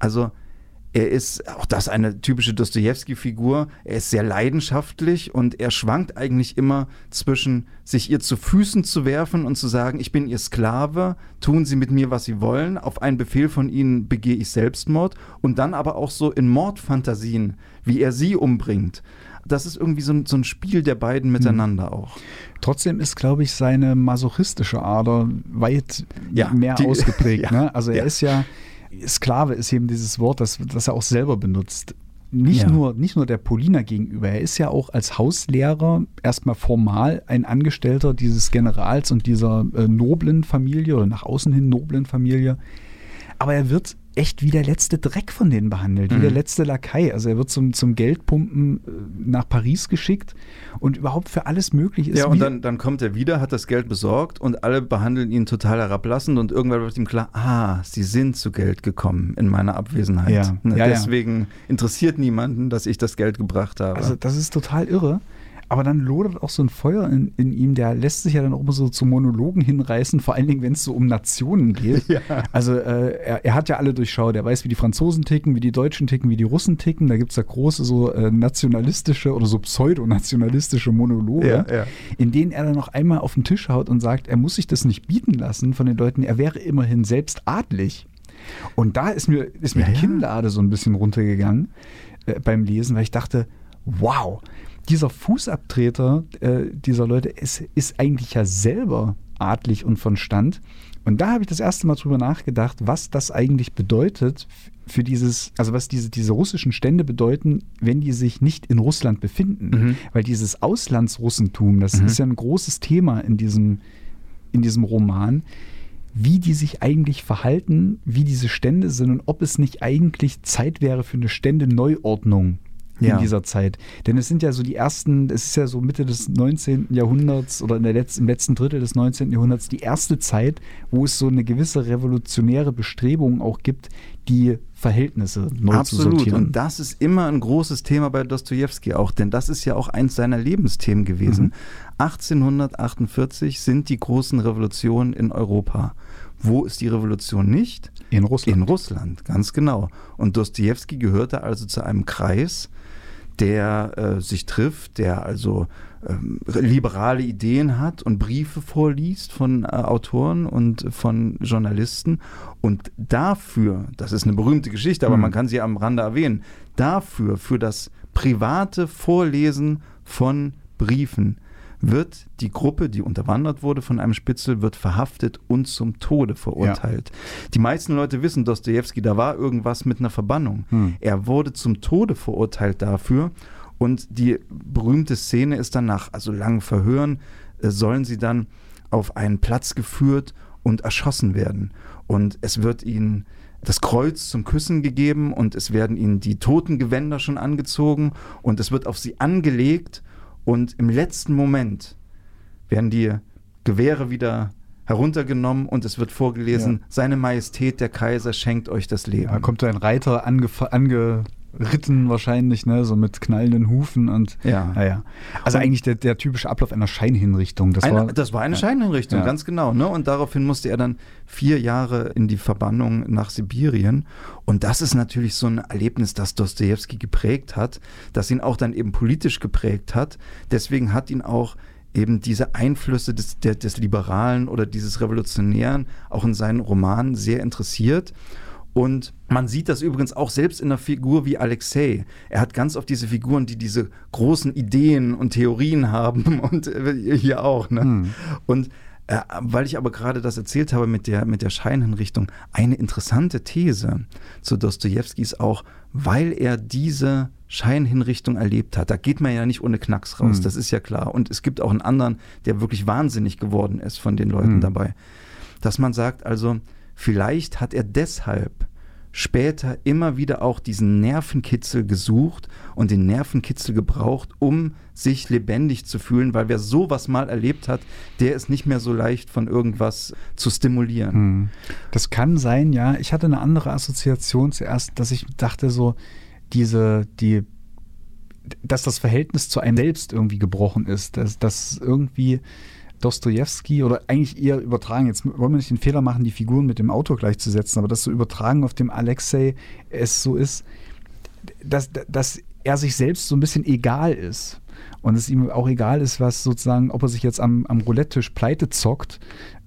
er ist auch das eine typische Dostojewski-Figur, er ist sehr leidenschaftlich und er schwankt eigentlich immer zwischen sich ihr zu Füßen zu werfen und zu sagen, ich bin ihr Sklave, tun Sie mit mir, was Sie wollen, auf einen Befehl von Ihnen begehe ich Selbstmord und dann aber auch so in Mordfantasien, wie er sie umbringt. Das ist irgendwie so ein Spiel der beiden miteinander auch. Trotzdem ist, glaube ich, seine masochistische Ader weit mehr ausgeprägt. Ne? Also er ist ja, Sklave ist eben dieses Wort, das er auch selber benutzt. Nicht nur der Polina gegenüber, er ist ja auch als Hauslehrer erstmal formal ein Angestellter dieses Generals und dieser noblen Familie oder nach außen hin noblen Familie. Aber er wird echt wie der letzte Dreck von denen behandelt, wie der letzte Lakai. Also er wird zum Geldpumpen nach Paris geschickt und überhaupt für alles Mögliche ist. Ja, und dann kommt er wieder, hat das Geld besorgt und alle behandeln ihn total herablassend und irgendwann wird ihm klar, sie sind zu Geld gekommen in meiner Abwesenheit. Deswegen interessiert niemanden, dass ich das Geld gebracht habe. Also das ist total irre. Aber dann lodert auch so ein Feuer in ihm, der lässt sich ja dann auch immer so zu Monologen hinreißen, vor allen Dingen, wenn es so um Nationen geht. Ja. Also er hat ja alle durchschaut, er weiß, wie die Franzosen ticken, wie die Deutschen ticken, wie die Russen ticken. Da gibt es ja große so nationalistische oder so pseudonationalistische Monologe, in denen er dann noch einmal auf den Tisch haut und sagt, er muss sich das nicht bieten lassen von den Leuten, er wäre immerhin selbst adlig. Und da ist mir die Kinnlade so ein bisschen runtergegangen beim Lesen, weil ich dachte, wow, dieser Fußabtreter dieser Leute ist eigentlich ja selber adlig und von Stand. Und da habe ich das erste Mal drüber nachgedacht, was das eigentlich bedeutet für was diese russischen Stände bedeuten, wenn die sich nicht in Russland befinden. Weil dieses Auslandsrussentum, das ist ja ein großes Thema in diesem Roman, wie die sich eigentlich verhalten, wie diese Stände sind und ob es nicht eigentlich Zeit wäre für eine Ständeneuordnung in dieser Zeit. Denn es sind ja so es ist ja so Mitte des 19. Jahrhunderts oder im letzten Drittel des 19. Jahrhunderts die erste Zeit, wo es so eine gewisse revolutionäre Bestrebung auch gibt, die Verhältnisse neu zu sortieren. Absolut. Und das ist immer ein großes Thema bei Dostojewski auch, denn das ist ja auch eins seiner Lebensthemen gewesen. 1848 sind die großen Revolutionen in Europa. Wo ist die Revolution nicht? In Russland. In Russland, ganz genau. Und Dostojewski gehörte also zu einem Kreis, der sich trifft, der also liberale Ideen hat und Briefe vorliest von Autoren und von Journalisten. Und dafür, das ist eine berühmte Geschichte, aber man kann sie am Rande erwähnen, für das private Vorlesen von Briefen wird die Gruppe, die unterwandert wurde von einem Spitzel, wird verhaftet und zum Tode verurteilt. Die meisten Leute wissen, Dostojewski, da war irgendwas mit einer Verbannung. Er wurde zum Tode verurteilt dafür und die berühmte Szene ist dann nach langen Verhören, sollen sie dann auf einen Platz geführt und erschossen werden. Und es wird ihnen das Kreuz zum Küssen gegeben und es werden ihnen die Totengewänder schon angezogen und es wird auf sie angelegt. Und im letzten Moment werden die Gewehre wieder heruntergenommen und es wird vorgelesen, Seine Majestät der Kaiser schenkt euch das Leben. Da kommt ein Reiter ritten wahrscheinlich, ne, so mit knallenden Hufen und Ja. naja. Also Und eigentlich der typische Ablauf einer Scheinhinrichtung. Das war eine Scheinhinrichtung, Ja. ganz genau. Ne? Und daraufhin musste er dann 4 Jahre in die Verbannung nach Sibirien. Und das ist natürlich so ein Erlebnis, das Dostojewski geprägt hat, das ihn auch dann eben politisch geprägt hat. Deswegen hat ihn auch eben diese Einflüsse des Liberalen oder dieses Revolutionären auch in seinen Romanen sehr interessiert. Und man sieht das übrigens auch selbst in einer Figur wie Alexei. Er hat ganz oft diese Figuren, die diese großen Ideen und Theorien haben und hier auch. Ne? Und weil ich aber gerade das erzählt habe mit der Scheinhinrichtung, eine interessante These zu Dostojewski ist auch, weil er diese Scheinhinrichtung erlebt hat. Da geht man ja nicht ohne Knacks raus, das ist ja klar. Und es gibt auch einen anderen, der wirklich wahnsinnig geworden ist von den Leuten dabei. Dass man sagt, also vielleicht hat er deshalb später immer wieder auch diesen Nervenkitzel gesucht und den Nervenkitzel gebraucht, um sich lebendig zu fühlen, weil wer sowas mal erlebt hat, der ist nicht mehr so leicht von irgendwas zu stimulieren. Das kann sein, ja. Ich hatte eine andere Assoziation zuerst, dass ich dachte so, dass das Verhältnis zu einem selbst irgendwie gebrochen ist, dass irgendwie Dostojewski oder eigentlich eher übertragen, jetzt wollen wir nicht den Fehler machen, die Figuren mit dem Auto gleichzusetzen, aber das so übertragen auf dem Alexei es so ist, dass er sich selbst so ein bisschen egal ist und es ihm auch egal ist, was sozusagen, ob er sich jetzt am Roulette-Tisch pleite zockt,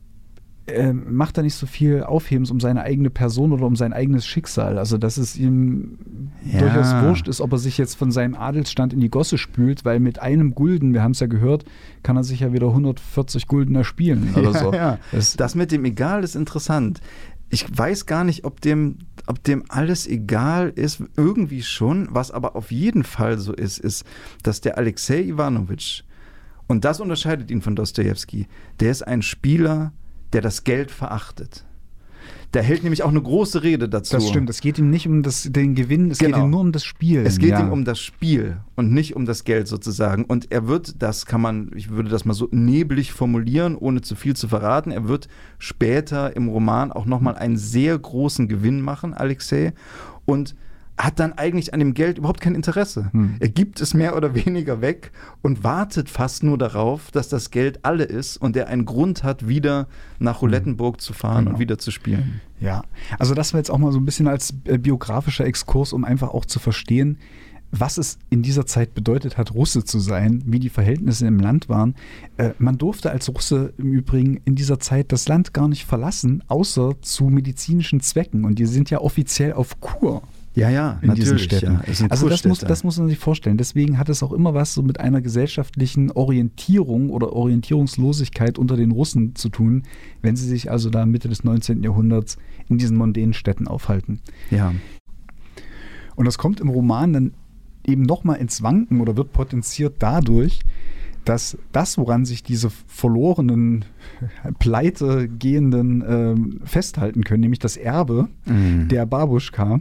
macht er nicht so viel Aufhebens um seine eigene Person oder um sein eigenes Schicksal. Also, dass es ihm durchaus wurscht ist, ob er sich jetzt von seinem Adelsstand in die Gosse spült, weil mit einem Gulden, wir haben es ja gehört, kann er sich ja wieder 140 Gulden erspielen oder so. Ja. Das mit dem Egal ist interessant. Ich weiß gar nicht, ob dem alles egal ist, irgendwie schon. Was aber auf jeden Fall so ist, dass der Alexei Iwanowitsch, und das unterscheidet ihn von Dostojewski, der ist ein Spieler, der das Geld verachtet. Der hält nämlich auch eine große Rede dazu. Das stimmt, es geht ihm nicht um den Gewinn, es geht ihm nur um das Spiel. Es geht ihm um das Spiel und nicht um das Geld sozusagen. Und er wird, ich würde das mal so neblig formulieren, ohne zu viel zu verraten, er wird später im Roman auch nochmal einen sehr großen Gewinn machen, Alexei, und hat dann eigentlich an dem Geld überhaupt kein Interesse. Er gibt es mehr oder weniger weg und wartet fast nur darauf, dass das Geld alle ist und er einen Grund hat, wieder nach Roulettenburg zu fahren und wieder zu spielen. Ja, also das war jetzt auch mal so ein bisschen als biografischer Exkurs, um einfach auch zu verstehen, was es in dieser Zeit bedeutet hat, Russe zu sein, wie die Verhältnisse im Land waren. Man durfte als Russe im Übrigen in dieser Zeit das Land gar nicht verlassen, außer zu medizinischen Zwecken. Und die sind ja offiziell auf Kur. Ja, in diesen natürlich. Städten. Ja. Also das muss man sich vorstellen. Deswegen hat es auch immer was so mit einer gesellschaftlichen Orientierung oder Orientierungslosigkeit unter den Russen zu tun, wenn sie sich also da Mitte des 19. Jahrhunderts in diesen mondänen Städten aufhalten. Ja. Und das kommt im Roman dann eben nochmal ins Wanken oder wird potenziert dadurch, dass das, woran sich diese verlorenen, pleite gehenden festhalten können, nämlich das Erbe der Babuschka,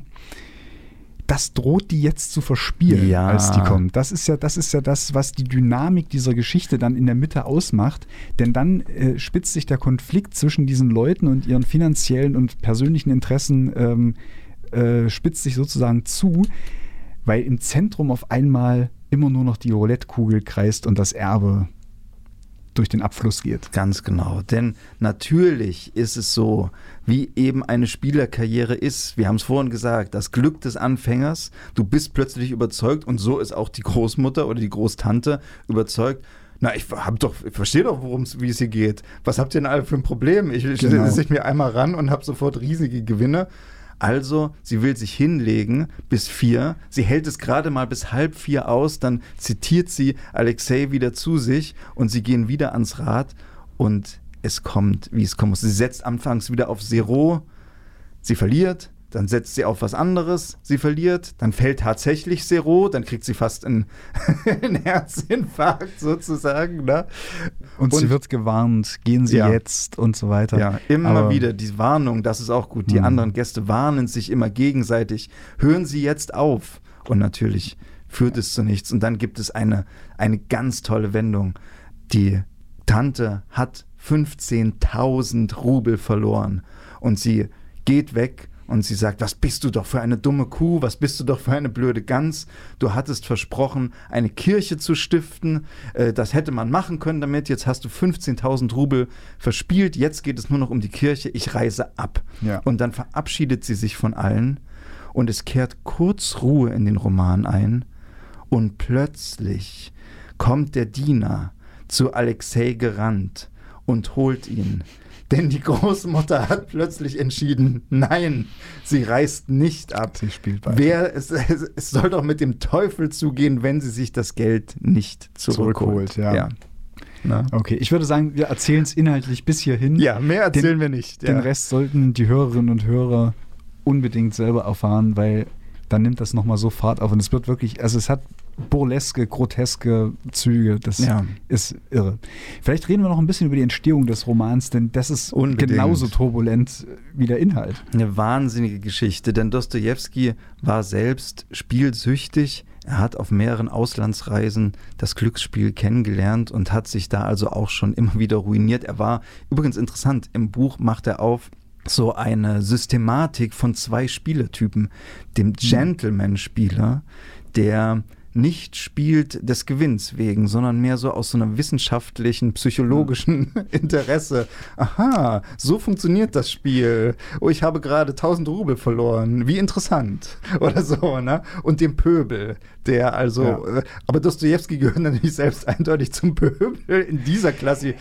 das droht die jetzt zu verspielen, als die kommt. Das ist ja das, was die Dynamik dieser Geschichte dann in der Mitte ausmacht. Denn dann spitzt sich der Konflikt zwischen diesen Leuten und ihren finanziellen und persönlichen Interessen spitzt sich sozusagen zu, weil im Zentrum auf einmal immer nur noch die Roulette-Kugel kreist und das Erbe durch den Abfluss geht. Ganz genau, denn natürlich ist es so, wie eben eine Spielerkarriere ist. Wir haben es vorhin gesagt, das Glück des Anfängers, du bist plötzlich überzeugt und so ist auch die Großmutter oder die Großtante überzeugt. Na, ich verstehe doch, wie es hier geht. Was habt ihr denn alle für ein Problem? Ich setze mir einmal ran und habe sofort riesige Gewinne. Also, sie will sich hinlegen bis 4. Sie hält es gerade mal bis 3:30 aus. Dann zitiert sie Alexei wieder zu sich und sie gehen wieder ans Rad. Und es kommt, wie es kommen muss. Sie setzt anfangs wieder auf Zero. Sie verliert. Dann setzt sie auf was anderes. Sie verliert. Dann fällt tatsächlich Zero. Dann kriegt sie fast einen Herzinfarkt sozusagen. Ne? Und sie wird gewarnt. Gehen Sie jetzt und so weiter. Ja, immer wieder die Warnung. Das ist auch gut. Die anderen Gäste warnen sich immer gegenseitig. Hören Sie jetzt auf. Und natürlich führt es zu nichts. Und dann gibt es eine ganz tolle Wendung. Die Tante hat 15.000 Rubel verloren. Und sie geht weg Und sie sagt, was bist du doch für eine dumme Kuh, was bist du doch für eine blöde Gans. Du hattest versprochen, eine Kirche zu stiften. Das hätte man machen können damit. Jetzt hast du 15.000 Rubel verspielt. Jetzt geht es nur noch um die Kirche. Ich reise ab. Ja. Und dann verabschiedet sie sich von allen. Und es kehrt kurz Ruhe in den Roman ein. Und plötzlich kommt der Diener zu Alexei gerannt und holt ihn. Denn die Großmutter hat plötzlich entschieden, nein, sie reist nicht ab. Sie spielt weiter. Es soll doch mit dem Teufel zugehen, wenn sie sich das Geld nicht zurückholt. Ja. Okay, ich würde sagen, wir erzählen es inhaltlich bis hierhin. Ja, mehr erzählen wir nicht. Den Rest sollten die Hörerinnen und Hörer unbedingt selber erfahren, weil dann nimmt das nochmal so Fahrt auf. Und es wird wirklich, also es hat burleske, groteske Züge. Das ist irre. Vielleicht reden wir noch ein bisschen über die Entstehung des Romans, denn das ist genauso turbulent wie der Inhalt. Eine wahnsinnige Geschichte, denn Dostojewski war selbst spielsüchtig. Er hat auf mehreren Auslandsreisen das Glücksspiel kennengelernt und hat sich da also auch schon immer wieder ruiniert. Er war übrigens interessant, im Buch macht er auf so eine Systematik von 2 Spielertypen. Dem Gentleman-Spieler, der nicht spielt des Gewinns wegen, sondern mehr so aus so einer wissenschaftlichen, psychologischen Interesse. Aha, so funktioniert das Spiel. Oh, ich habe gerade 1.000 Rubel verloren. Wie interessant. Oder so, ne? Und dem Pöbel, der also, aber Dostojewski gehört natürlich selbst eindeutig zum Pöbel in dieser Klasse,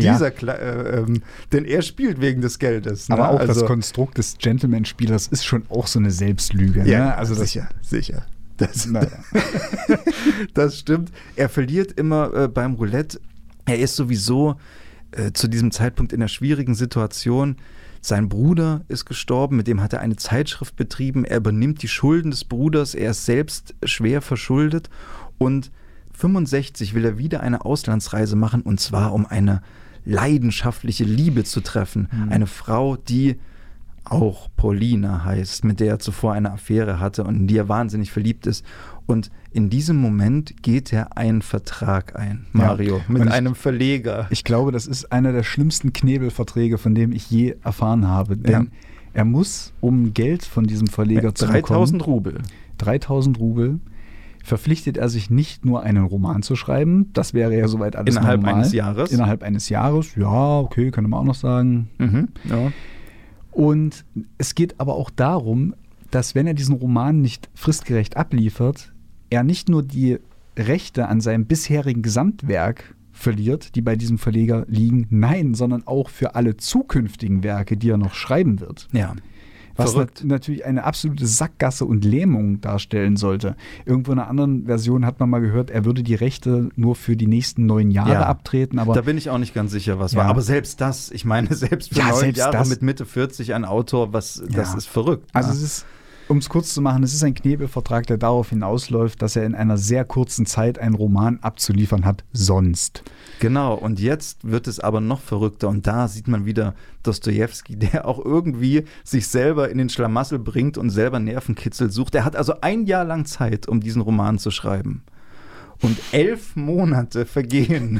denn er spielt wegen des Geldes. Ne? Aber auch das Konstrukt des Gentleman-Spielers ist schon auch so eine Selbstlüge. Ja, ne? Also sicher. Das stimmt. Er verliert immer beim Roulette. Er ist sowieso zu diesem Zeitpunkt in einer schwierigen Situation. Sein Bruder ist gestorben, mit dem hat er eine Zeitschrift betrieben. Er übernimmt die Schulden des Bruders. Er ist selbst schwer verschuldet. Und 65 will er wieder eine Auslandsreise machen, und zwar um eine leidenschaftliche Liebe zu treffen. Eine Frau, die auch Paulina heißt, mit der er zuvor eine Affäre hatte und in die er wahnsinnig verliebt ist. Und in diesem Moment geht er einen Vertrag ein, Mario, mit einem Verleger. Ich glaube, das ist einer der schlimmsten Knebelverträge, von dem ich je erfahren habe. Denn er muss, um Geld von diesem Verleger zu bekommen, 3.000 Rubel. 3.000 Rubel, verpflichtet er sich nicht nur einen Roman zu schreiben, das wäre ja soweit alles normal. Innerhalb eines Jahres, ja, okay, könnte man auch noch sagen. Ja. Und es geht aber auch darum, dass wenn er diesen Roman nicht fristgerecht abliefert, er nicht nur die Rechte an seinem bisherigen Gesamtwerk verliert, die bei diesem Verleger liegen, nein, sondern auch für alle zukünftigen Werke, die er noch schreiben wird. Ja. Was natürlich eine absolute Sackgasse und Lähmung darstellen sollte. Irgendwo in einer anderen Version hat man mal gehört, er würde die Rechte nur für die nächsten 9 Jahre abtreten. Aber da bin ich auch nicht ganz sicher, was war. Aber selbst das, ich meine, selbst für 9 Jahre mit Mitte 40 ein Autor, das ist verrückt. Also es ist, um es kurz zu machen, es ist ein Knebelvertrag, der darauf hinausläuft, dass er in einer sehr kurzen Zeit einen Roman abzuliefern hat, sonst. Genau, und jetzt wird es aber noch verrückter, und da sieht man wieder Dostojewski, der auch irgendwie sich selber in den Schlamassel bringt und selber Nervenkitzel sucht. Er hat also 1 Jahr lang Zeit, um diesen Roman zu schreiben. Und 11 Monate vergehen,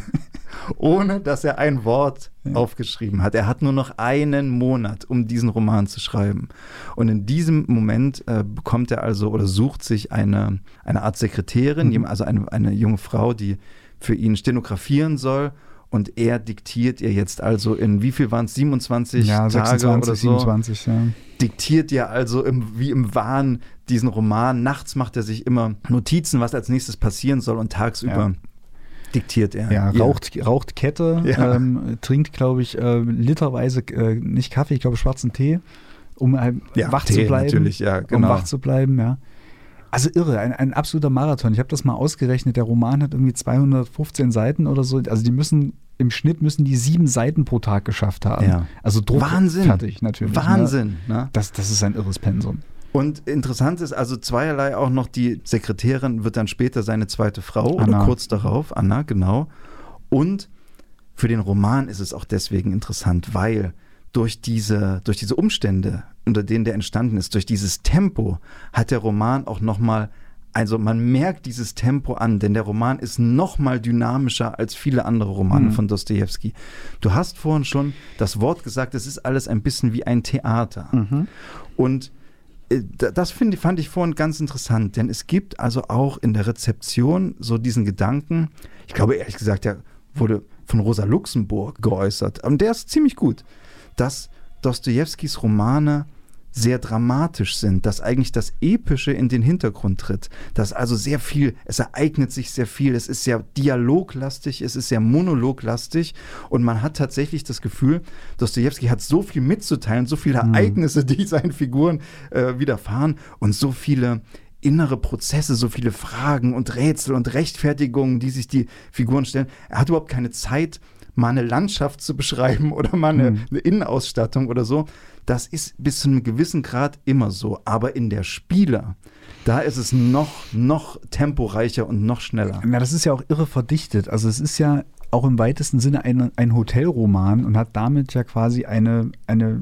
ohne dass er ein Wort aufgeschrieben hat. Er hat nur noch 1 Monat, um diesen Roman zu schreiben. Und in diesem Moment bekommt er also oder sucht sich eine Art Sekretärin, also eine junge Frau, die für ihn stenografieren soll. Und er diktiert ihr jetzt also in, wie viel waren es, 27 Tage 26, oder so? 27, ja. Diktiert ihr also wie im Wahn diesen Roman. Nachts macht er sich immer Notizen, was als nächstes passieren soll, und tagsüber diktiert er. Ja, raucht Kette, trinkt, glaube ich, literweise nicht Kaffee, ich glaube schwarzen Tee, um wach zu bleiben. Natürlich, genau. Um wach zu bleiben, ja. Also irre, ein absoluter Marathon. Ich habe das mal ausgerechnet, der Roman hat irgendwie 215 Seiten oder so. Also im Schnitt müssen die 7 Seiten pro Tag geschafft haben. Ja. Also Druck fertig natürlich. Wahnsinn. Ne? Das ist ein irres Pensum. Und interessant ist also zweierlei auch noch, die Sekretärin wird dann später seine zweite Frau Anna. oder kurz darauf, Anna, genau. Und für den Roman ist es auch deswegen interessant, weil durch diese Umstände, unter denen der entstanden ist, durch dieses Tempo, hat der Roman auch nochmal, also man merkt dieses Tempo an, denn der Roman ist nochmal dynamischer als viele andere Romane von Dostojewski. Du hast vorhin schon das Wort gesagt, es ist alles ein bisschen wie ein Theater. Und Das fand ich vorhin ganz interessant, denn es gibt also auch in der Rezeption so diesen Gedanken, ich glaube ehrlich gesagt, der wurde von Rosa Luxemburg geäußert, und der ist ziemlich gut, dass Dostojewskis Romane sehr dramatisch sind, dass eigentlich das Epische in den Hintergrund tritt, dass also sehr viel, es ereignet sich sehr viel, es ist sehr dialoglastig, es ist sehr monologlastig und man hat tatsächlich das Gefühl, Dostojewski hat so viel mitzuteilen, so viele Ereignisse, die seinen Figuren widerfahren und so viele innere Prozesse, so viele Fragen und Rätsel und Rechtfertigungen, die sich die Figuren stellen. Er hat überhaupt keine Zeit, mal eine Landschaft zu beschreiben oder mal eine Innenausstattung oder so. Das ist bis zu einem gewissen Grad immer so. Aber in der Spieler, da ist es noch temporeicher und noch schneller. Na, das ist ja auch irre verdichtet. Also es ist ja auch im weitesten Sinne ein Hotelroman und hat damit ja quasi einen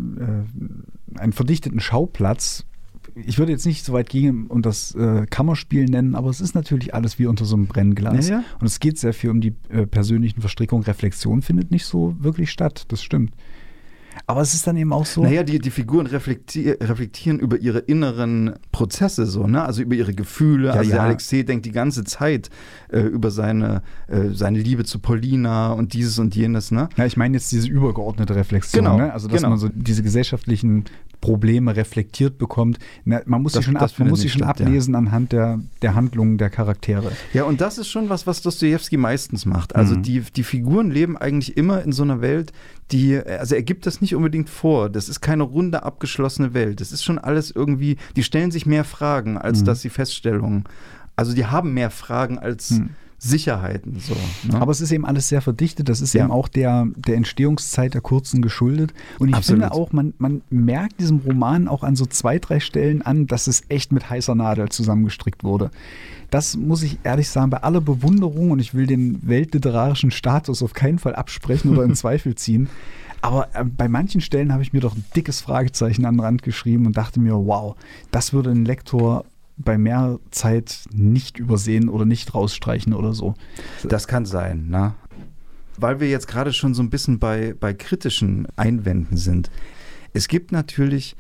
verdichteten Schauplatz. Ich würde jetzt nicht so weit gehen und das Kammerspiel nennen, aber es ist natürlich alles wie unter so einem Brennglas. Ja. Und es geht sehr viel um die persönlichen Verstrickungen. Reflexion findet nicht so wirklich statt, das stimmt. Aber es ist dann eben auch so. Naja, die Figuren reflektieren über ihre inneren Prozesse so, ne? Also über ihre Gefühle. Ja, also der ja. Alexei denkt die ganze Zeit über seine Liebe zu Polina und dieses und jenes, ne? Ja, ich meine jetzt diese übergeordnete Reflexion, Genau, ne? Also dass man so diese gesellschaftlichen Probleme reflektiert bekommt. Na, man muss sie schon ablesen anhand der Handlungen der Charaktere. Ja, und das ist schon was Dostojewski meistens macht. Also die Figuren leben eigentlich immer in so einer Welt, also er gibt das nicht unbedingt vor. Das ist keine runde, abgeschlossene Welt. Das ist schon alles irgendwie, die stellen sich mehr Fragen, als dass sie Feststellungen. Also die haben mehr Fragen als Sicherheiten. So, ne? Aber es ist eben alles sehr verdichtet. Das ist eben auch der Entstehungszeit der Kurzen geschuldet. Und ich finde auch, man merkt diesem Roman auch an so 2, 3 Stellen an, dass es echt mit heißer Nadel zusammengestrickt wurde. Das muss ich ehrlich sagen, bei aller Bewunderung, und ich will den weltliterarischen Status auf keinen Fall absprechen oder in Zweifel ziehen, aber bei manchen Stellen habe ich mir doch ein dickes Fragezeichen an den Rand geschrieben und dachte mir, wow, das würde ein Lektor bei mehr Zeit nicht übersehen oder nicht rausstreichen oder so. Das kann sein, ne? Weil wir jetzt gerade schon so ein bisschen bei kritischen Einwänden sind. Es gibt natürlich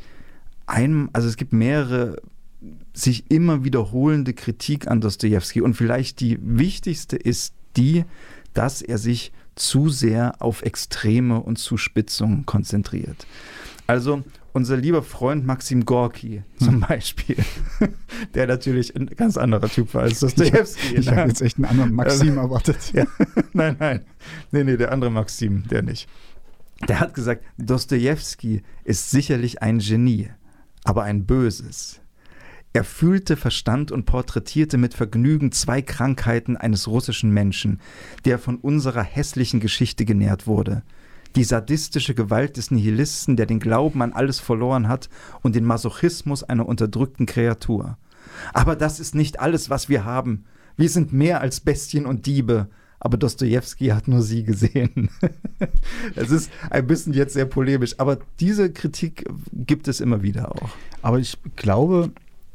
es gibt mehrere sich immer wiederholende Kritik an Dostojewski und vielleicht die wichtigste ist die, dass er sich zu sehr auf Extreme und Zuspitzungen konzentriert. Also unser lieber Freund Maxim Gorki zum Beispiel, der natürlich ein ganz anderer Typ war als Dostojewski. Ich habe jetzt echt einen anderen Maxim erwartet. Ja. Nein. Nee, der andere Maxim, der nicht. Der hat gesagt, Dostojewski ist sicherlich ein Genie, aber ein böses. Er fühlte, verstand und porträtierte mit Vergnügen 2 Krankheiten eines russischen Menschen, der von unserer hässlichen Geschichte genährt wurde. Die sadistische Gewalt des Nihilisten, der den Glauben an alles verloren hat, und den Masochismus einer unterdrückten Kreatur. Aber das ist nicht alles, was wir haben. Wir sind mehr als Bestien und Diebe. Aber Dostojewski hat nur sie gesehen. Es ist ein bisschen jetzt sehr polemisch, aber diese Kritik gibt es immer wieder auch. Aber ich glaube,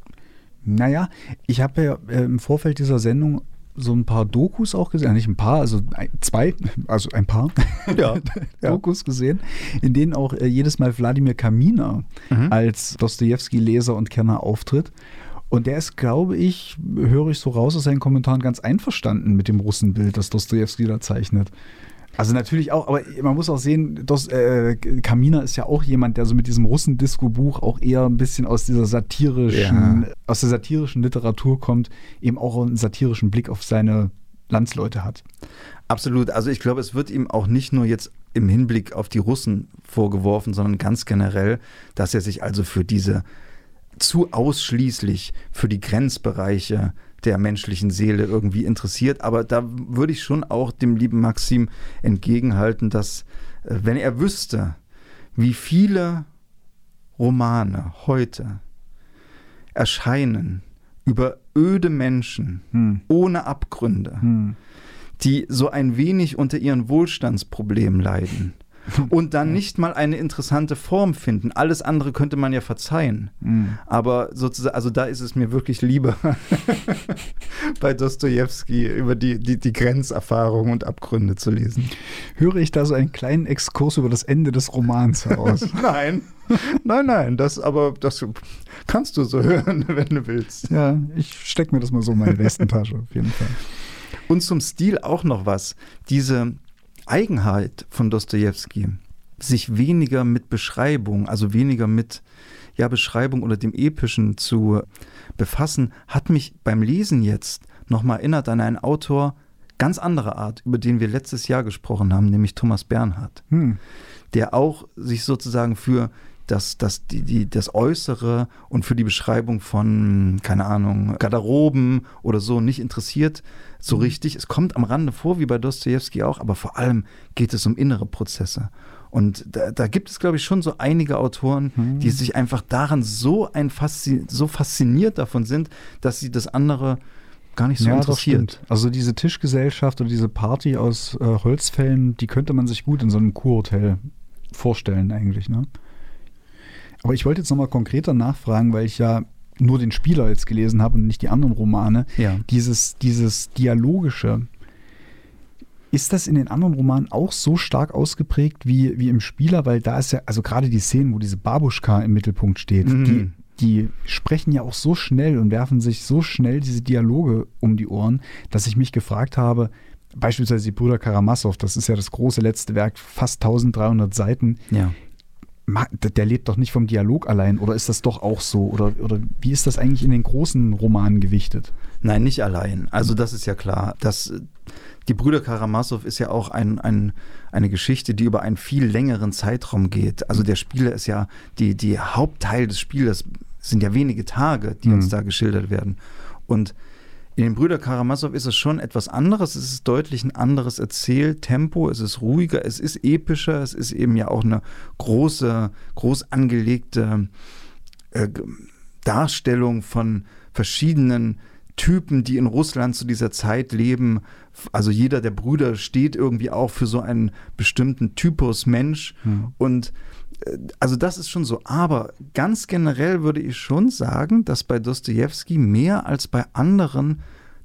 ich habe ja im Vorfeld dieser Sendung so ein paar Dokus auch gesehen, nicht ein paar, also 2, also ein paar Dokus gesehen, in denen auch jedes Mal Wladimir Kaminer als Dostojewski-Leser und Kenner auftritt. Und der ist, glaube ich, höre ich so raus aus seinen Kommentaren, ganz einverstanden mit dem Russenbild, das Dostojewski da zeichnet. Also natürlich auch, aber man muss auch sehen, Kaminer ist ja auch jemand, der so mit diesem Russen-Disco-Buch auch eher ein bisschen aus dieser aus der satirischen Literatur kommt, eben auch einen satirischen Blick auf seine Landsleute hat. Absolut. Also ich glaube, es wird ihm auch nicht nur jetzt im Hinblick auf die Russen vorgeworfen, sondern ganz generell, dass er sich also zu ausschließlich für die Grenzbereiche der menschlichen Seele irgendwie interessiert. Aber da würde ich schon auch dem lieben Maxim entgegenhalten, dass wenn er wüsste, wie viele Romane heute erscheinen über öde Menschen ohne Abgründe, die so ein wenig unter ihren Wohlstandsproblemen leiden und dann nicht mal eine interessante Form finden. Alles andere könnte man ja verzeihen. Aber sozusagen, also da ist es mir wirklich lieber, bei Dostojewski über die Grenzerfahrung und Abgründe zu lesen. Höre ich da so einen kleinen Exkurs über das Ende des Romans heraus? Nein, das kannst du so hören, wenn du willst. Ja, ich stecke mir das mal so in meine Westentasche, auf jeden Fall. Und zum Stil auch noch was. Diese Eigenheit von Dostojewski, sich weniger mit Beschreibung, also weniger mit Beschreibung oder dem Epischen zu befassen, hat mich beim Lesen jetzt nochmal erinnert an einen Autor ganz anderer Art, über den wir letztes Jahr gesprochen haben, nämlich Thomas Bernhard, der auch sich sozusagen für das Äußere und für die Beschreibung von, keine Ahnung, Garderoben oder so nicht interessiert, so richtig. Es kommt am Rande vor, wie bei Dostojewski auch, aber vor allem geht es um innere Prozesse. Und da gibt es, glaube ich, schon so einige Autoren, die sich einfach daran so fasziniert davon sind, dass sie das andere gar nicht so interessiert. Also diese Tischgesellschaft oder diese Party aus Holzfällen, die könnte man sich gut in so einem Kurhotel vorstellen eigentlich, ne? Aber ich wollte jetzt nochmal konkreter nachfragen, weil ich ja nur den Spieler jetzt gelesen habe und nicht die anderen Romane. Ja. Dieses Dialogische, ist das in den anderen Romanen auch so stark ausgeprägt wie im Spieler? Weil da ist ja, also gerade die Szenen, wo diese Babuschka im Mittelpunkt steht, die sprechen ja auch so schnell und werfen sich so schnell diese Dialoge um die Ohren, dass ich mich gefragt habe, beispielsweise die Brüder Karamasow, das ist ja das große letzte Werk, fast 1300 Seiten. Ja. Der lebt doch nicht vom Dialog allein, oder ist das doch auch so? Oder wie ist das eigentlich in den großen Romanen gewichtet? Nein, nicht allein. Also das ist ja klar. Die Brüder Karamasow ist ja auch eine Geschichte, die über einen viel längeren Zeitraum geht. Also der Spieler ist ja, die Hauptteil des Spielers sind ja wenige Tage, die uns da geschildert werden. Und in den Brüder Karamasow ist es schon etwas anderes. Es ist deutlich ein anderes Erzähltempo. Es ist ruhiger, es ist epischer. Es ist eben ja auch eine groß angelegte Darstellung von verschiedenen Typen, die in Russland zu dieser Zeit leben. Also jeder der Brüder steht irgendwie auch für so einen bestimmten Typus Mensch. Und also das ist schon so. Aber ganz generell würde ich schon sagen, dass bei Dostojewski mehr als bei anderen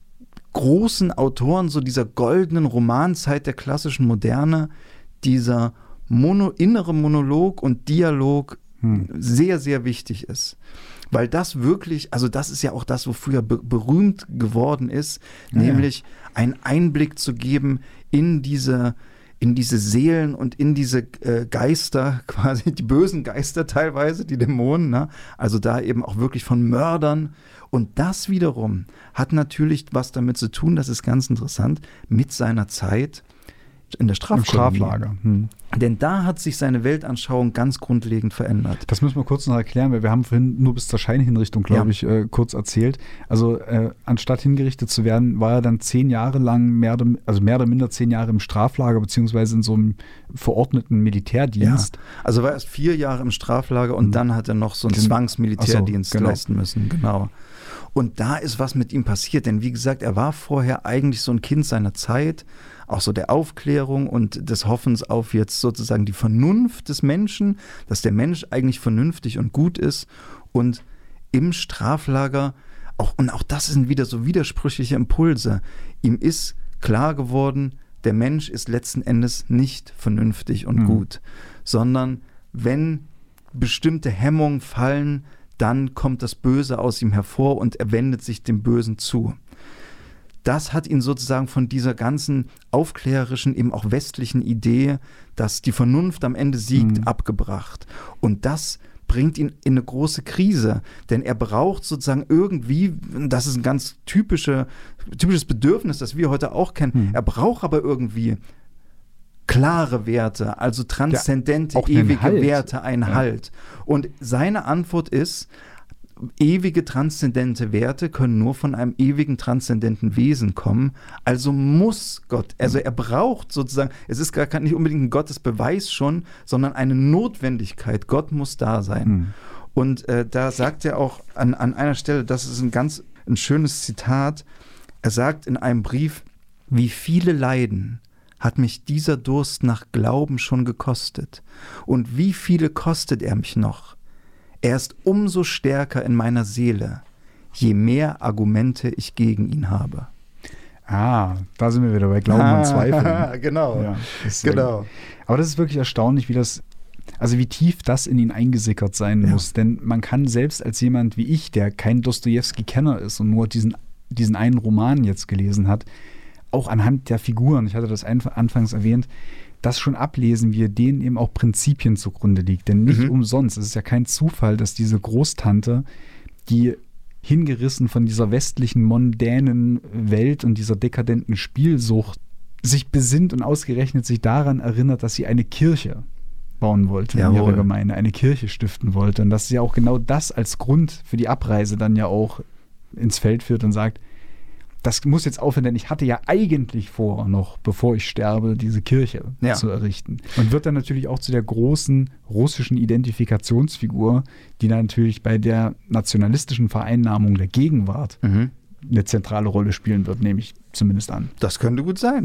großen Autoren so dieser goldenen Romanzeit der klassischen Moderne, dieser innere Monolog und Dialog sehr, sehr wichtig ist. Weil das wirklich, also das ist ja auch das, wofür er berühmt geworden ist, nämlich einen Einblick zu geben in diese Seelen und in diese Geister, quasi die bösen Geister teilweise, die Dämonen, ne? Also da eben auch wirklich von Mördern. Und das wiederum hat natürlich was damit zu tun, das ist ganz interessant, mit seiner Zeit in der Straflager. Denn da hat sich seine Weltanschauung ganz grundlegend verändert. Das müssen wir kurz noch erklären, weil wir haben vorhin nur bis zur Scheinhinrichtung, glaube ich, kurz erzählt. Also anstatt hingerichtet zu werden, war er dann 10 Jahre lang, mehr oder minder 10 Jahre im Straflager, beziehungsweise in so einem verordneten Militärdienst. Ja. Also war erst 4 Jahre im Straflager und dann hat er noch so einen Zwangsmilitärdienst leisten müssen. Genau. Und da ist was mit ihm passiert, denn wie gesagt, er war vorher eigentlich so ein Kind seiner Zeit, auch so der Aufklärung und des Hoffens auf jetzt sozusagen die Vernunft des Menschen, dass der Mensch eigentlich vernünftig und gut ist. Und im Straflager, auch das sind wieder so widersprüchliche Impulse, ihm ist klar geworden, der Mensch ist letzten Endes nicht vernünftig und gut, sondern wenn bestimmte Hemmungen fallen, dann kommt das Böse aus ihm hervor und er wendet sich dem Bösen zu. Das hat ihn sozusagen von dieser ganzen aufklärerischen, eben auch westlichen Idee, dass die Vernunft am Ende siegt, abgebracht. Und das bringt ihn in eine große Krise, denn er braucht sozusagen irgendwie, das ist ein ganz typisches Bedürfnis, das wir heute auch kennen, er braucht aber irgendwie klare Werte, also transzendente, ewige Werte, einen Halt. Und seine Antwort ist, ewige transzendente Werte können nur von einem ewigen transzendenten Wesen kommen, also muss Gott, also er braucht sozusagen, es ist gar nicht unbedingt ein Gottesbeweis schon, sondern eine Notwendigkeit, Gott muss da sein. Und da sagt er auch an einer Stelle, das ist ein schönes Zitat, er sagt in einem Brief, wie viele leiden, hat mich dieser Durst nach Glauben schon gekostet. Und wie viele kostet er mich noch? Er ist umso stärker in meiner Seele, je mehr Argumente ich gegen ihn habe. Da sind wir wieder bei Glauben und Zweifeln. Genau, ja, genau. Aber das ist wirklich erstaunlich, wie tief das in ihn eingesickert sein muss. Denn man kann selbst als jemand wie ich, der kein Dostojewski-Kenner ist und nur diesen einen Roman jetzt gelesen hat, auch anhand der Figuren, ich hatte das anfangs erwähnt, das schon ablesen, wie denen eben auch Prinzipien zugrunde liegt. Denn nicht umsonst, es ist ja kein Zufall, dass diese Großtante, die hingerissen von dieser westlichen, mondänen Welt und dieser dekadenten Spielsucht, sich besinnt und ausgerechnet sich daran erinnert, dass sie eine Kirche bauen wollte in ihrer Gemeinde, eine Kirche stiften wollte. Und dass sie auch genau das als Grund für die Abreise dann ja auch ins Feld führt und sagt, das muss jetzt aufhören, denn ich hatte ja eigentlich vor, noch bevor ich sterbe, diese Kirche zu errichten. Und wird dann natürlich auch zu der großen russischen Identifikationsfigur, die dann natürlich bei der nationalistischen Vereinnahmung der Gegenwart eine zentrale Rolle spielen wird, nehme ich zumindest an. Das könnte gut sein,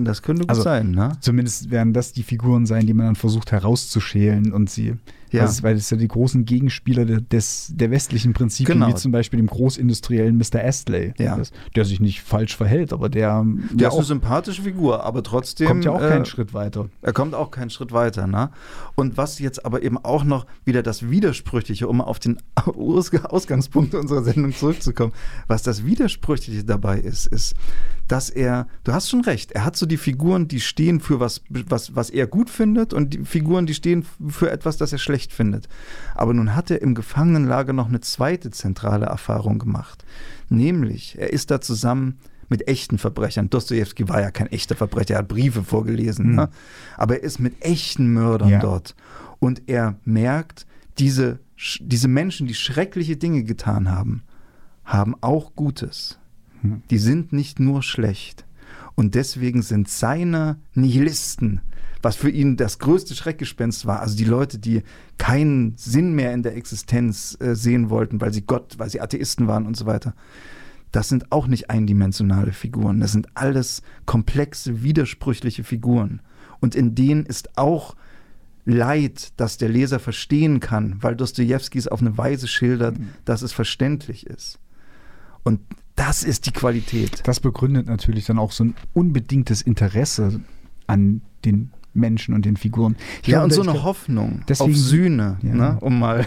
ne? Zumindest werden das die Figuren sein, die man dann versucht herauszuschälen und sie, weil es ja die großen Gegenspieler der westlichen Prinzipien, wie zum Beispiel dem großindustriellen Mr. Astley, der sich nicht falsch verhält, aber der ist eine sympathische Figur, aber trotzdem kommt ja auch keinen Schritt weiter. Er kommt auch keinen Schritt weiter, ne? Und was jetzt aber eben auch noch wieder das Widersprüchliche, um auf den Ausgangspunkt unserer Sendung zurückzukommen, was das Widersprüchliche dabei ist, dass du hast schon recht, er hat so die Figuren, die stehen für was er gut findet und die Figuren, die stehen für etwas, das er schlecht findet. Aber nun hat er im Gefangenenlager noch eine zweite zentrale Erfahrung gemacht. Nämlich, er ist da zusammen mit echten Verbrechern. Dostojewski war ja kein echter Verbrecher, er hat Briefe vorgelesen. Ne? Aber er ist mit echten Mördern dort. Und er merkt, diese Menschen, die schreckliche Dinge getan haben, haben auch Gutes. Die sind nicht nur schlecht. Und deswegen sind seine Nihilisten, was für ihn das größte Schreckgespenst war, also die Leute, die keinen Sinn mehr in der Existenz sehen wollten, weil sie Atheisten waren und so weiter, das sind auch nicht eindimensionale Figuren. Das sind alles komplexe, widersprüchliche Figuren. Und in denen ist auch Leid, das der Leser verstehen kann, weil Dostojewski es auf eine Weise schildert, dass es verständlich ist. Und das ist die Qualität. Das begründet natürlich dann auch so ein unbedingtes Interesse an den Menschen und den Figuren. Und so eine Hoffnung auf Sühne, ne?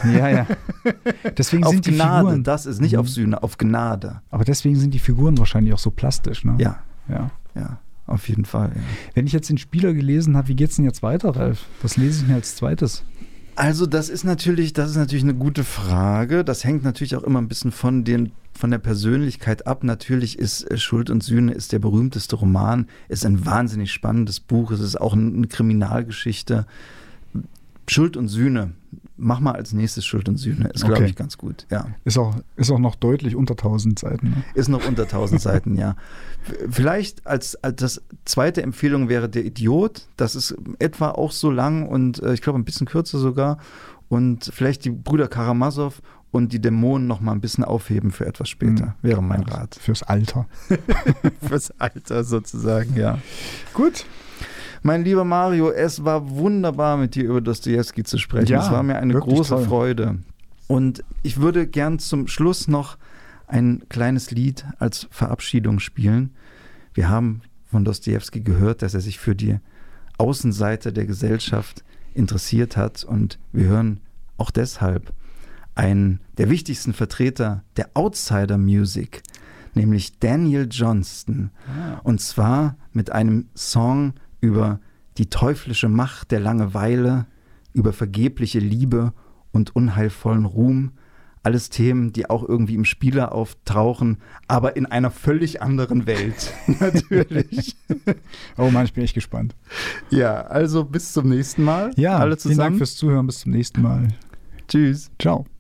Deswegen auf sind die Gnade, Figuren, das ist nicht auf Sühne, auf Gnade. Aber deswegen sind die Figuren wahrscheinlich auch so plastisch, ne? Ja, auf jeden Fall. Ja. Wenn ich jetzt den Spieler gelesen habe, wie geht's denn jetzt weiter, Ralf? Was lese ich denn als zweites? Also das ist natürlich eine gute Frage. Das hängt natürlich auch immer ein bisschen von der Persönlichkeit ab. Natürlich ist Schuld und Sühne ist der berühmteste Roman, ist ein wahnsinnig spannendes Buch, es ist auch eine Kriminalgeschichte. Schuld und Sühne, mach mal als nächstes Schuld und Sühne, ist glaube ich ganz gut. Ja. Ist auch noch deutlich unter 1000 Seiten. Ne? Ist noch unter 1000 Seiten, ja. Vielleicht als zweite Empfehlung wäre Der Idiot, das ist etwa auch so lang und ich glaube ein bisschen kürzer sogar und vielleicht die Brüder Karamasow und die Dämonen noch mal ein bisschen aufheben für etwas später, wäre mein Rat. Fürs Alter. Fürs Alter sozusagen, ja. Gut. Mein lieber Mario, es war wunderbar, mit dir über Dostojewski zu sprechen. Es war mir eine große Freude. Und ich würde gern zum Schluss noch ein kleines Lied als Verabschiedung spielen. Wir haben von Dostojewski gehört, dass er sich für die Außenseite der Gesellschaft interessiert hat. Und wir hören auch deshalb einen der wichtigsten Vertreter der Outsider-Music, nämlich Daniel Johnston. Und zwar mit einem Song über die teuflische Macht der Langeweile, über vergebliche Liebe und unheilvollen Ruhm. Alles Themen, die auch irgendwie im Spieler auftauchen, aber in einer völlig anderen Welt. Natürlich. Oh Mann, ich bin echt gespannt. Ja, also bis zum nächsten Mal. Ja, alle zusammen. Vielen Dank fürs Zuhören. Bis zum nächsten Mal. Tschüss. Ciao.